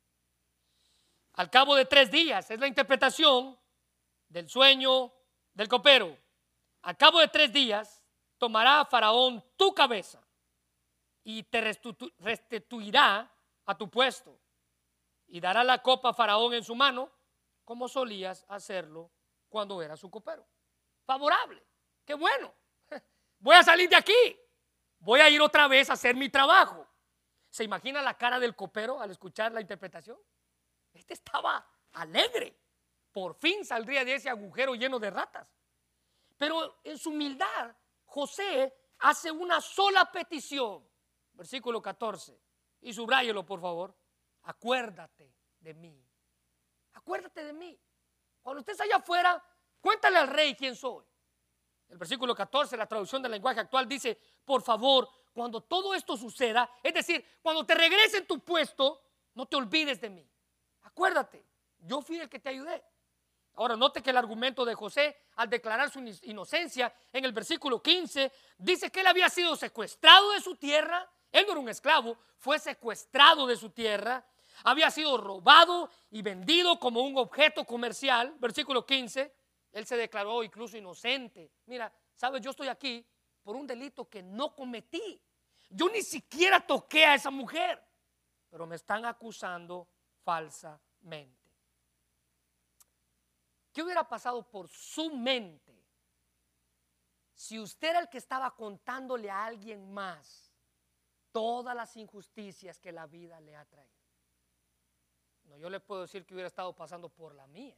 Al cabo de tres días, es la interpretación del sueño del copero. Al cabo de tres días, tomará Faraón tu cabeza y te restitu- restituirá a tu puesto y dará la copa a Faraón en su mano, como solías hacerlo cuando era su copero. Favorable, qué bueno. Voy a salir de aquí, voy a ir otra vez a hacer mi trabajo. ¿Se imagina la cara del copero al escuchar la interpretación? Este estaba alegre, por fin saldría de ese agujero lleno de ratas. Pero en su humildad, José hace una sola petición. Versículo catorce. Y subráyelo, por favor. Acuérdate de mí. Acuérdate de mí. Cuando estés allá afuera, cuéntale al rey quién soy. El versículo catorce, la traducción del lenguaje actual dice: por favor, cuando todo esto suceda, es decir, cuando te regrese en tu puesto, no te olvides de mí. Acuérdate, yo fui el que te ayudé. Ahora note que el argumento de José, al declarar su inocencia en el versículo quince, dice que él había sido secuestrado de su tierra. Él no era un esclavo, fue secuestrado de su tierra, había sido robado y vendido como un objeto comercial. Versículo quince, él se declaró incluso inocente. Mira, sabes, yo estoy aquí por un delito que no cometí. Yo ni siquiera toqué a esa mujer, pero me están acusando falsamente. ¿Qué hubiera pasado por su mente si usted era el que estaba contándole a alguien más todas las injusticias que la vida le ha traído? No, yo le puedo decir que hubiera estado pasando por la mía.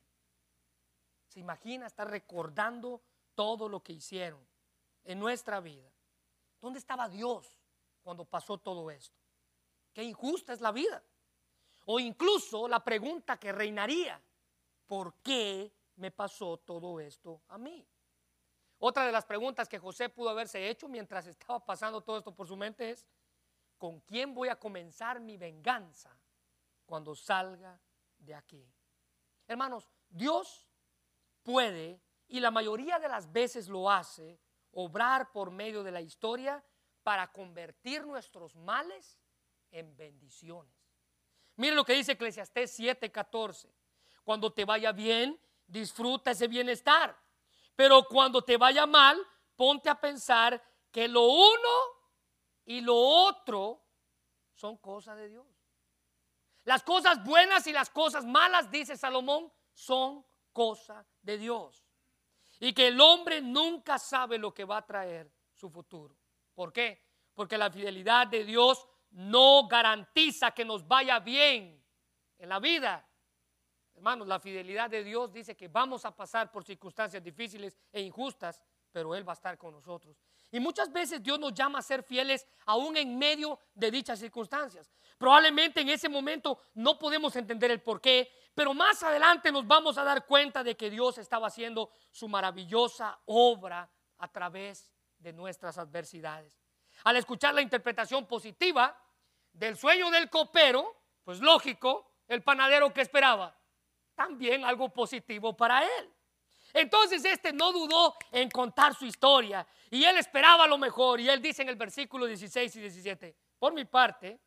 ¿Se imagina estar recordando todo lo que hicieron en nuestra vida? ¿Dónde estaba Dios cuando pasó todo esto? Qué injusta es la vida. O incluso la pregunta que reinaría: ¿por qué me pasó todo esto a mí? Otra de las preguntas que José pudo haberse hecho mientras estaba pasando todo esto por su mente es: ¿con quién voy a comenzar mi venganza cuando salga de aquí? Hermanos, Dios puede, y la mayoría de las veces lo hace, obrar por medio de la historia para convertir nuestros males en bendiciones. Miren lo que dice Eclesiastés siete catorce. Cuando te vaya bien, disfruta ese bienestar, pero cuando te vaya mal, ponte a pensar que lo uno y lo otro son cosas de Dios. Las cosas buenas y las cosas malas, dice Salomón, son cosa de Dios. Y que el hombre nunca sabe lo que va a traer su futuro. ¿Por qué? Porque la fidelidad de Dios no garantiza que nos vaya bien en la vida. Hermanos, la fidelidad de Dios dice que vamos a pasar por circunstancias difíciles e injustas, pero Él va a estar con nosotros. Y muchas veces Dios nos llama a ser fieles aún en medio de dichas circunstancias. Probablemente en ese momento no podemos entender el por qué, pero más adelante nos vamos a dar cuenta de que Dios estaba haciendo su maravillosa obra a través de nuestras adversidades. Al escuchar la interpretación positiva del sueño del copero, pues lógico, el panadero que esperaba también algo positivo para él. Entonces este no dudó en contar su historia y él esperaba lo mejor, y él dice en el versículo dieciséis y diecisiete: por mi parte,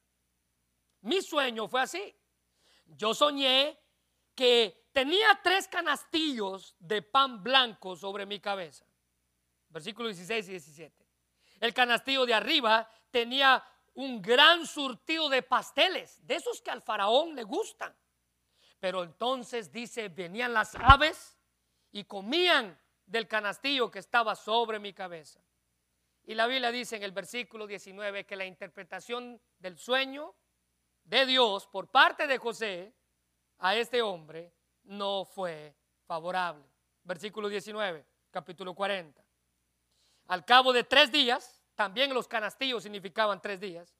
mi sueño fue así. Yo soñé que tenía tres canastillos de pan blanco sobre mi cabeza. Versículo dieciséis y diecisiete. El canastillo de arriba tenía un gran surtido de pasteles, de esos que al faraón le gustan. Pero entonces dice, venían las aves y comían del canastillo que estaba sobre mi cabeza. Y la Biblia dice en el versículo diecinueve que la interpretación del sueño de Dios por parte de José a este hombre no fue favorable. Versículo diecinueve, capítulo cuarenta. Al cabo de tres días, también los canastillos significaban tres días,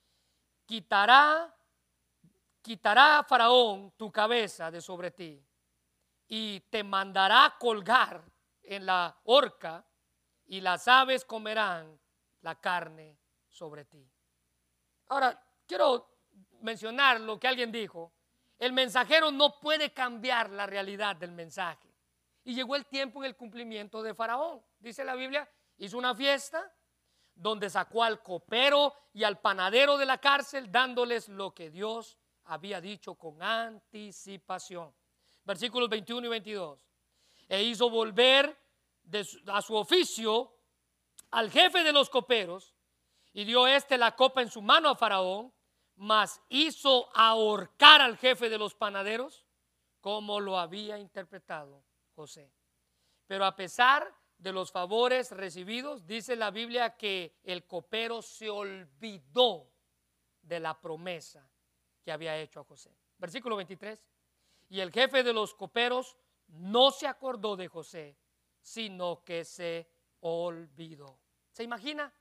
quitará, quitará Faraón tu cabeza de sobre ti y te mandará colgar en la horca, y las aves comerán la carne sobre ti. Ahora, quiero mencionar lo que alguien dijo: el mensajero no puede cambiar la realidad del mensaje. Y llegó el tiempo en el cumplimiento de Faraón. Dice la Biblia, hizo una fiesta donde sacó al copero y al panadero de la cárcel, dándoles lo que Dios había dicho con anticipación. Versículos veintiuno y veintidós. E hizo volver de su, a su oficio al jefe de los coperos, y dio éste la copa en su mano a Faraón, mas hizo ahorcar al jefe de los panaderos, como lo había interpretado José. Pero a pesar de los favores recibidos, dice la Biblia que el copero se olvidó de la promesa que había hecho a José. Versículo veintitrés. Y el jefe de los coperos no se acordó de José, sino que se olvidó. ¿Se imagina?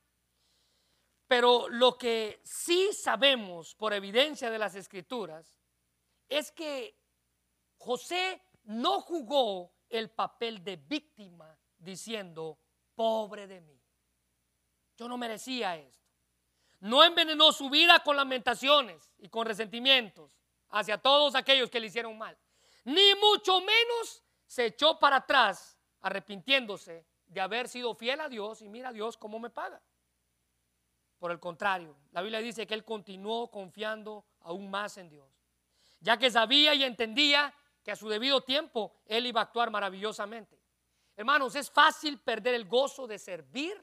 Pero lo que sí sabemos por evidencia de las Escrituras es que José no jugó el papel de víctima diciendo, pobre de mí, yo no merecía esto. No envenenó su vida con lamentaciones y con resentimientos hacia todos aquellos que le hicieron mal, ni mucho menos se echó para atrás arrepintiéndose de haber sido fiel a Dios y mira a Dios cómo me paga. Por el contrario, la Biblia dice que él continuó confiando aún más en Dios, ya que sabía y entendía que a su debido tiempo él iba a actuar maravillosamente. Hermanos, es fácil perder el gozo de servir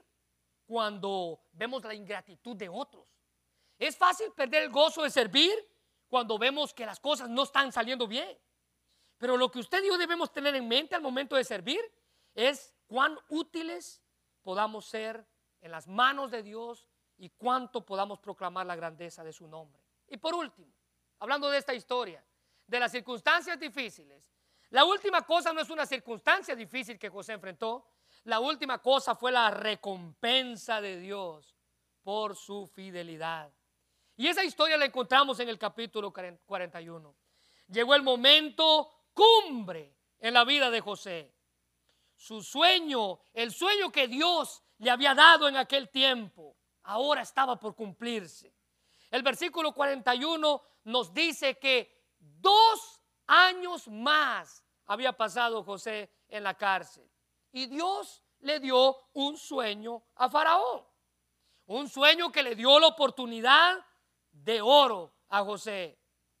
cuando vemos la ingratitud de otros. Es fácil perder el gozo de servir cuando vemos que las cosas no están saliendo bien. Pero lo que usted y yo debemos tener en mente al momento de servir es cuán útiles podamos ser en las manos de Dios y cuánto podamos proclamar la grandeza de su nombre. Y por último, hablando de esta historia, de las circunstancias difíciles, la última cosa no es una circunstancia difícil que José enfrentó, la última cosa fue la recompensa de Dios por su fidelidad. Y esa historia la encontramos en el capítulo cuarenta y uno. Llegó el momento cumbre en la vida de José. Su sueño, el sueño que Dios le había dado en aquel tiempo, ahora estaba por cumplirse. El versículo cuarenta y uno nos dice que dos años más había pasado José en la cárcel. Y Dios le dio un sueño a Faraón. Un sueño que le dio la oportunidad de oro a José.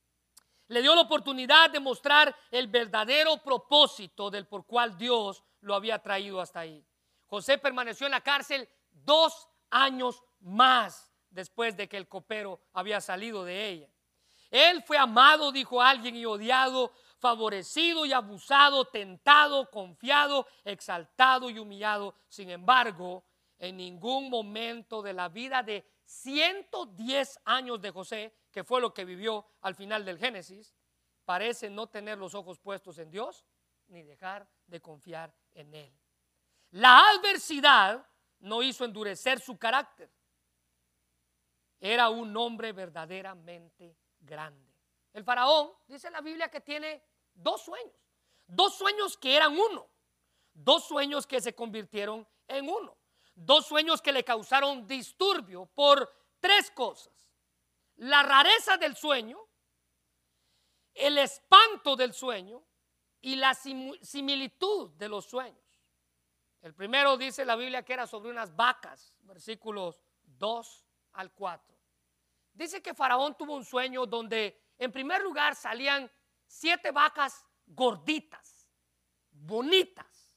Le dio la oportunidad de mostrar el verdadero propósito del por cual Dios lo había traído hasta ahí. José permaneció en la cárcel dos años más después de que el copero había salido de ella. Él fue amado, dijo alguien, y odiado, favorecido y abusado, tentado, confiado, exaltado y humillado. Sin embargo, en ningún momento de la vida de ciento diez años de José, que fue lo que vivió al final del Génesis, parece no tener los ojos puestos en Dios ni dejar de confiar en Él. La adversidad no hizo endurecer su carácter. Era un hombre verdaderamente grande. El faraón, dice la Biblia, que tiene dos sueños. Dos sueños que eran uno. Dos sueños que se convirtieron en uno. Dos sueños que le causaron disturbio por tres cosas: la rareza del sueño, el espanto del sueño y la similitud de los sueños. El primero dice la Biblia que era sobre unas vacas, versículos dos al cuatro. Dice que Faraón tuvo un sueño donde en primer lugar salían siete vacas gorditas, bonitas,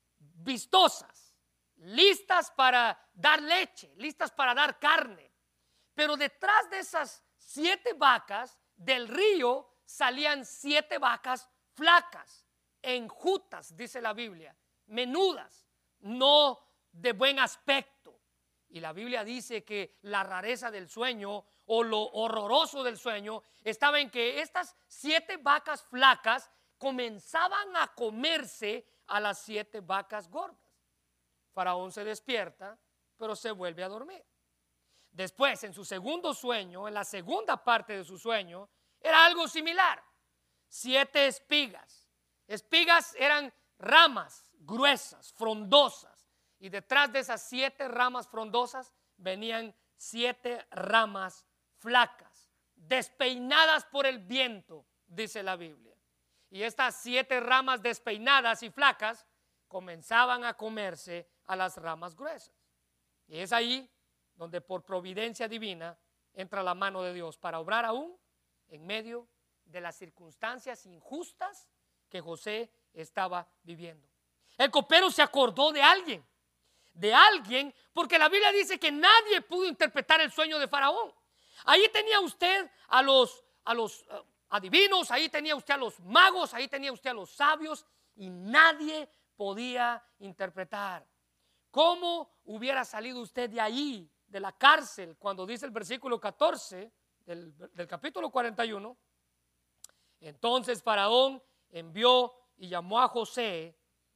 vistosas, listas para dar leche, listas para dar carne. Pero detrás de esas siete vacas del río salían siete vacas flacas, enjutas, dice la Biblia, menudas, no de buen aspecto. Y la Biblia dice que la rareza del sueño o lo horroroso del sueño estaba en que estas siete vacas flacas comenzaban a comerse a las siete vacas gordas. Faraón se despierta, pero se vuelve a dormir. Después, en su segundo sueño, en la segunda parte de su sueño, era algo similar. Siete espigas. Espigas eran ramas gruesas, frondosas. Y detrás de esas siete ramas frondosas venían siete ramas flacas, despeinadas por el viento, dice la Biblia. Y estas siete ramas despeinadas y flacas comenzaban a comerse a las ramas gruesas. Y es ahí donde por providencia divina entra la mano de Dios para obrar aún en medio de las circunstancias injustas que José estaba viviendo. El copero se acordó de alguien, de alguien, porque la Biblia dice que nadie pudo interpretar el sueño de Faraón. Ahí tenía usted a los, a los uh, adivinos, ahí tenía usted a los magos, ahí tenía usted a los sabios, y nadie podía interpretar. ¿Cómo hubiera salido usted de ahí, de la cárcel, cuando dice el versículo catorce del, del capítulo cuarenta y uno? Entonces Faraón envió y llamó a José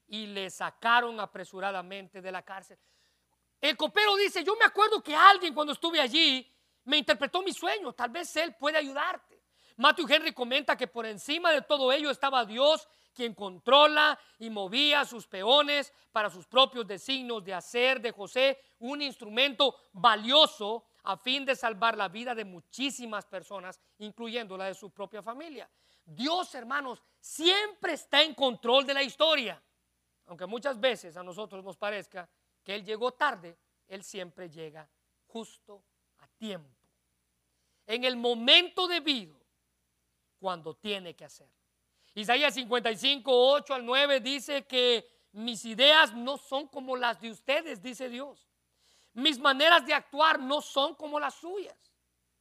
y le sacaron apresuradamente de la cárcel. El copero dice, yo me acuerdo que alguien cuando estuve allí me interpretó mi sueño, tal vez él puede ayudarte. Matthew Henry comenta que por encima de todo ello estaba Dios, quien controla y movía sus peones para sus propios designios de hacer de José un instrumento valioso a fin de salvar la vida de muchísimas personas, incluyendo la de su propia familia. Dios, hermanos, siempre está en control de la historia. Aunque muchas veces a nosotros nos parezca que Él llegó tarde, Él siempre llega justo a tiempo, en el momento debido, cuando tiene que hacerlo. Isaías cincuenta y cinco, ocho al nueve dice que mis ideas no son como las de ustedes, dice Dios. Mis maneras de actuar no son como las suyas.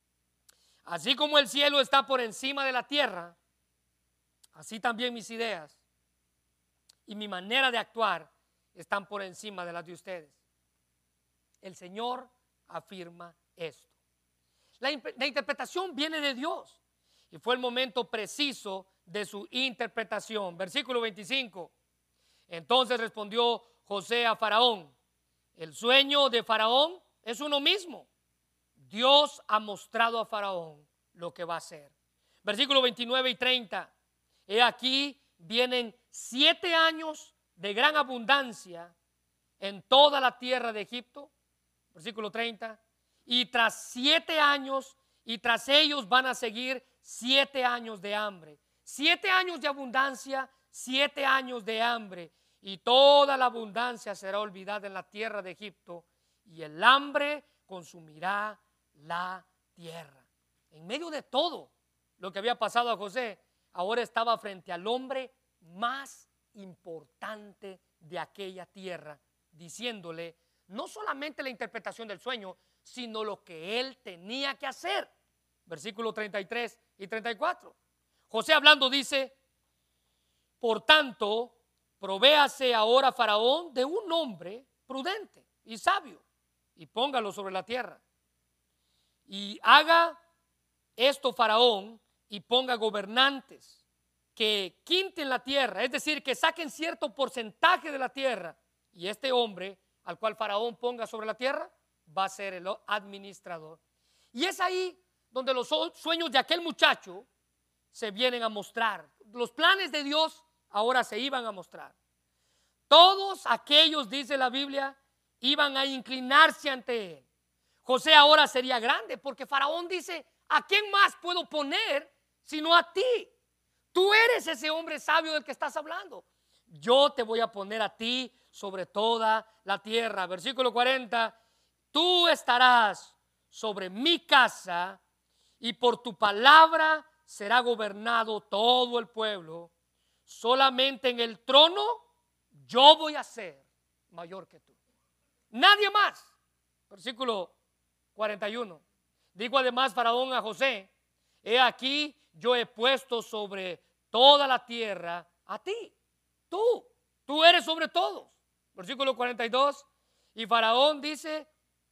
Así como el cielo está por encima de la tierra, así también mis ideas y mi manera de actuar están por encima de las de ustedes. El Señor afirma esto. La, la interpretación viene de Dios y fue el momento preciso de su interpretación. Versículo veinticinco. Entonces respondió José a Faraón: el sueño de Faraón es uno mismo. Dios ha mostrado a Faraón lo que va a hacer. Versículo veintinueve y treinta. He aquí vienen siete años de gran abundancia en toda la tierra de Egipto. Versículo treinta. Y tras siete años, y tras ellos van a seguir siete años de hambre. Siete años de abundancia, siete años de hambre. Y toda la abundancia será olvidada en la tierra de Egipto, y el hambre consumirá la tierra. En medio de todo lo que había pasado a José, ahora estaba frente al hombre más importante de aquella tierra, diciéndole no solamente la interpretación del sueño, sino lo que él tenía que hacer. Versículos treinta y tres y treinta y cuatro. José hablando dice: por tanto, provéase ahora Faraón de un hombre prudente y sabio, y póngalo sobre la tierra. Y haga esto Faraón, y ponga gobernantes que quinten la tierra, es decir, que saquen cierto porcentaje de la tierra, y este hombre al cual Faraón ponga sobre la tierra va a ser el administrador. Y es ahí donde los sueños de aquel muchacho se vienen a mostrar. Los planes de Dios ahora se iban a mostrar. Todos aquellos, dice la Biblia, iban a inclinarse ante él. José ahora sería grande, porque Faraón dice: ¿a quién más puedo poner sino a ti? Tú eres ese hombre sabio del que estás hablando. Yo te voy a poner a ti sobre toda la tierra. Versículo cuarenta. Tú estarás sobre mi casa, y por tu palabra será gobernado todo el pueblo. Solamente en el trono yo voy a ser mayor que tú. Nadie más. Versículo cuarenta y uno. Dijo además Faraón a José: he aquí, yo he puesto sobre toda la tierra a ti. Tú, tú eres sobre todos. Versículo cuarenta y dos. Y Faraón dice,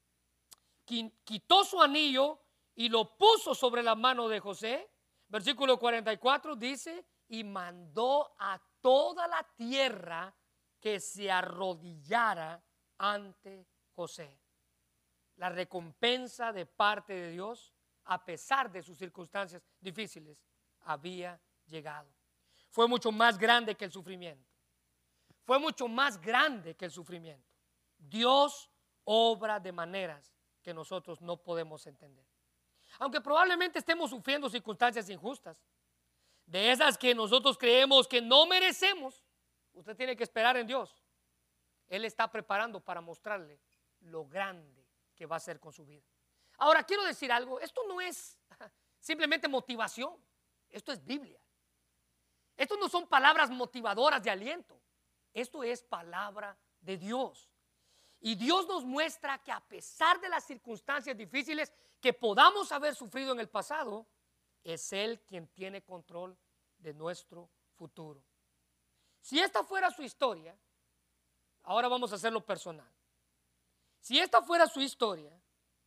quitó su anillo y lo puso sobre la mano de José. Versículo cuarenta y cuatro dice: y mandó a toda la tierra que se arrodillara ante José. La recompensa de parte de Dios, a pesar de sus circunstancias difíciles, había llegado. Fue mucho más grande que el sufrimiento. Fue mucho más grande que el sufrimiento. Dios obra de maneras que nosotros no podemos entender. Aunque probablemente estemos sufriendo circunstancias injustas, de esas que nosotros creemos que no merecemos, usted tiene que esperar en Dios. Él está preparando para mostrarle lo grande que va a hacer con su vida. Ahora quiero decir algo, esto no es simplemente motivación, esto es Biblia. Esto no son palabras motivadoras de aliento, esto es palabra de Dios. Y Dios nos muestra que a pesar de las circunstancias difíciles que podamos haber sufrido en el pasado, es Él quien tiene control de nuestro futuro. Si esta fuera su historia, ahora vamos a hacerlo personal. Si esta fuera su historia,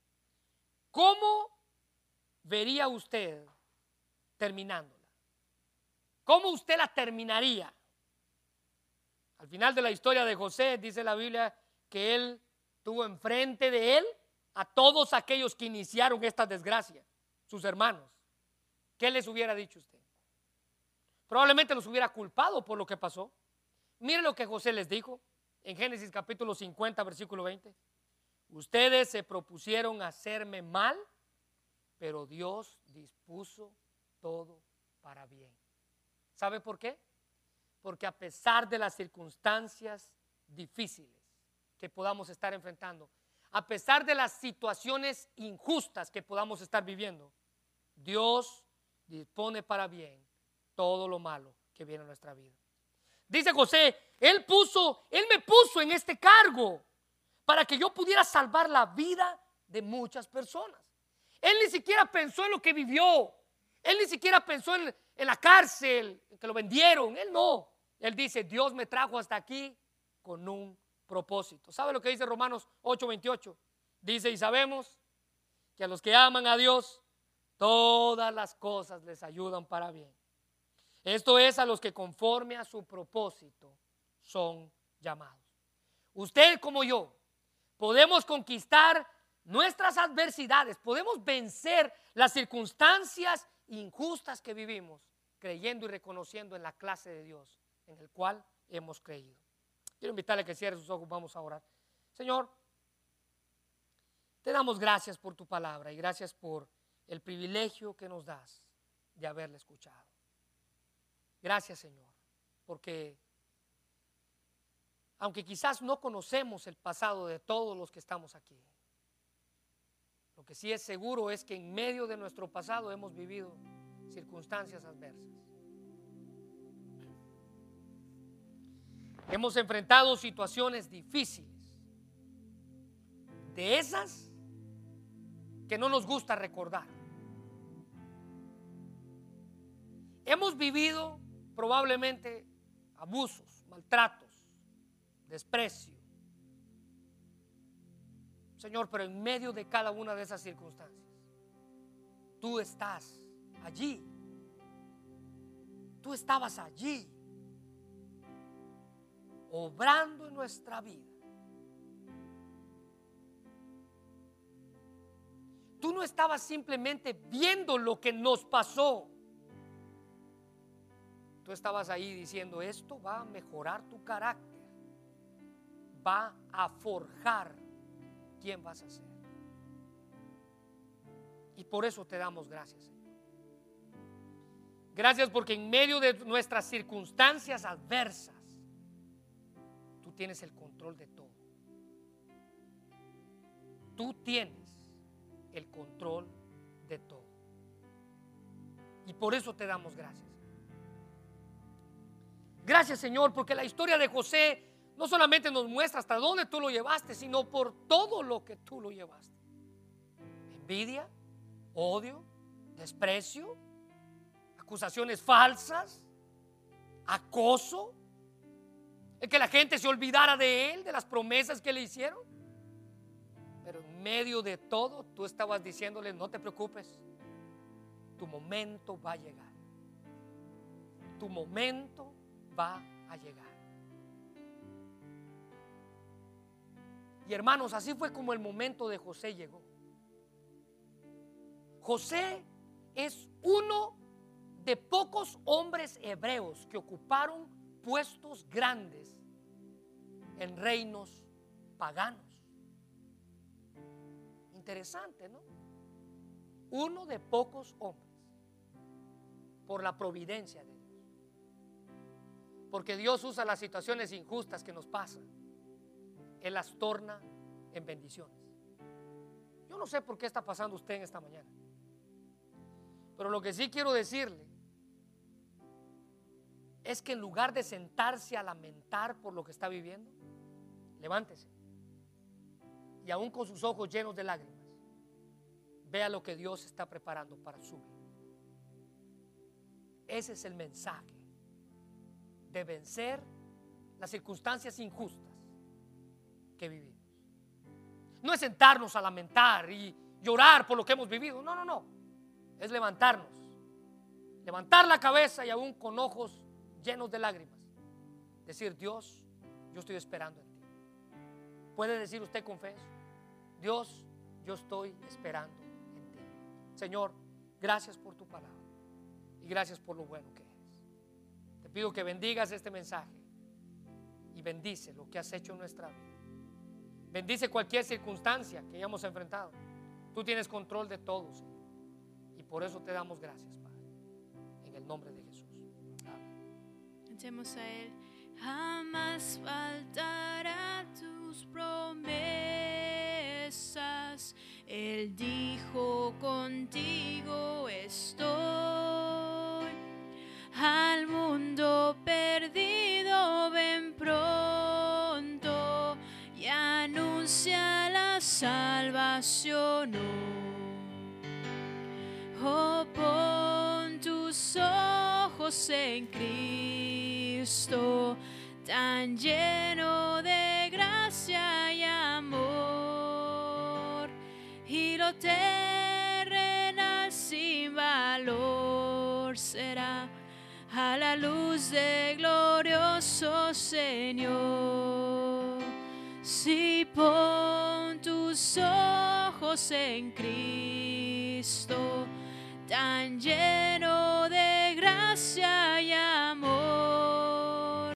¿cómo vería usted terminándola? ¿Cómo usted la terminaría? Al final de la historia de José dice la Biblia que él tuvo enfrente de él a todos aquellos que iniciaron esta desgracia, sus hermanos. ¿Qué les hubiera dicho usted? Probablemente los hubiera culpado por lo que pasó. Miren lo que José les dijo en Génesis capítulo cincuenta, versículo veinte. Ustedes se propusieron hacerme mal, pero Dios dispuso todo para bien. ¿Sabe por qué? Porque a pesar de las circunstancias difíciles que podamos estar enfrentando, a pesar de las situaciones injustas que podamos estar viviendo, Dios dispone para bien todo lo malo que viene a nuestra vida. Dice José, él puso, él me puso en este cargo para que yo pudiera salvar la vida de muchas personas. Él ni siquiera pensó en lo que vivió. Él ni siquiera pensó en, en la cárcel, en que lo vendieron. Él no. Él dice, Dios me trajo hasta aquí con un propósito. ¿Sabe lo que dice Romanos ocho veintiocho? Dice, y sabemos que a los que aman a Dios, todas las cosas les ayudan para bien. Esto es a los que conforme a su propósito son llamados. Usted como yo podemos conquistar nuestras adversidades, podemos vencer las circunstancias injustas que vivimos, creyendo y reconociendo en la clase de Dios en el cual hemos creído. Quiero invitarle a que cierre sus ojos, vamos a orar. Señor, te damos gracias por tu palabra y gracias por el privilegio que nos das de haberla escuchado. Gracias, Señor, porque aunque quizás no conocemos el pasado de todos los que estamos aquí, lo que sí es seguro es que en medio de nuestro pasado hemos vivido circunstancias adversas. Hemos enfrentado situaciones difíciles, de esas que no nos gusta recordar. Hemos vivido probablemente abusos, maltratos, desprecio. Señor, pero en medio de cada una de esas circunstancias, tú estás allí. Tú estabas allí, obrando en nuestra vida. Tú no estabas simplemente viendo lo que nos pasó. Tú estabas ahí diciendo, esto va a mejorar tu carácter, va a forjar quién vas a ser. Y por eso te damos gracias, Señor. Gracias porque en medio de nuestras circunstancias adversas, tú tienes el control de todo. Tú tienes el control de todo. Y por eso te damos gracias. Gracias, Señor, porque la historia de José no solamente nos muestra hasta dónde tú lo llevaste, sino por todo lo que tú lo llevaste. Envidia, odio, desprecio, acusaciones falsas, acoso, el que la gente se olvidara de él, de las promesas que le hicieron. Pero en medio de todo tú estabas diciéndole, no te preocupes, tu momento va a llegar. Tu momento va a llegar. Y hermanos, así fue como el momento de José llegó. José es uno de pocos hombres hebreos que ocuparon puestos grandes en reinos paganos. Interesante, ¿no? Uno de pocos hombres, por la providencia de Dios. Porque Dios usa las situaciones injustas que nos pasan, Él las torna en bendiciones. Yo no sé por qué está pasando usted en esta mañana, pero lo que sí quiero decirle es que en lugar de sentarse a lamentar por lo que está viviendo, levántese y aún con sus ojos llenos de lágrimas, vea lo que Dios está preparando para su vida. Ese es el mensaje de vencer las circunstancias injustas que vivimos. No es sentarnos a lamentar y llorar por lo que hemos vivido. No, no, no. Es levantarnos, levantar la cabeza y aún con ojos llenos de lágrimas, decir, Dios, yo estoy esperando en ti. Puede decir usted con fe eso. Dios, yo estoy esperando en ti. Señor, gracias por tu palabra y gracias por lo bueno que eres. Te pido que bendigas este mensaje y bendice lo que has hecho en nuestra vida. Bendice cualquier circunstancia que hayamos enfrentado. Tú tienes control de todo, Señor, y por eso te damos gracias, Padre, en el nombre de Jesús. Amén. Cantemos a Él. Jamás faltará tus promesas. Él dijo, contigo estoy. Al mundo perdido ven pronto y anuncia la salvación. Oh, pon tus ojos en Cristo, tan lleno de gracia y amor, y lo terrenal sin valor será a la luz de glorioso Señor. Si pon tus ojos en Cristo, tan lleno de gracia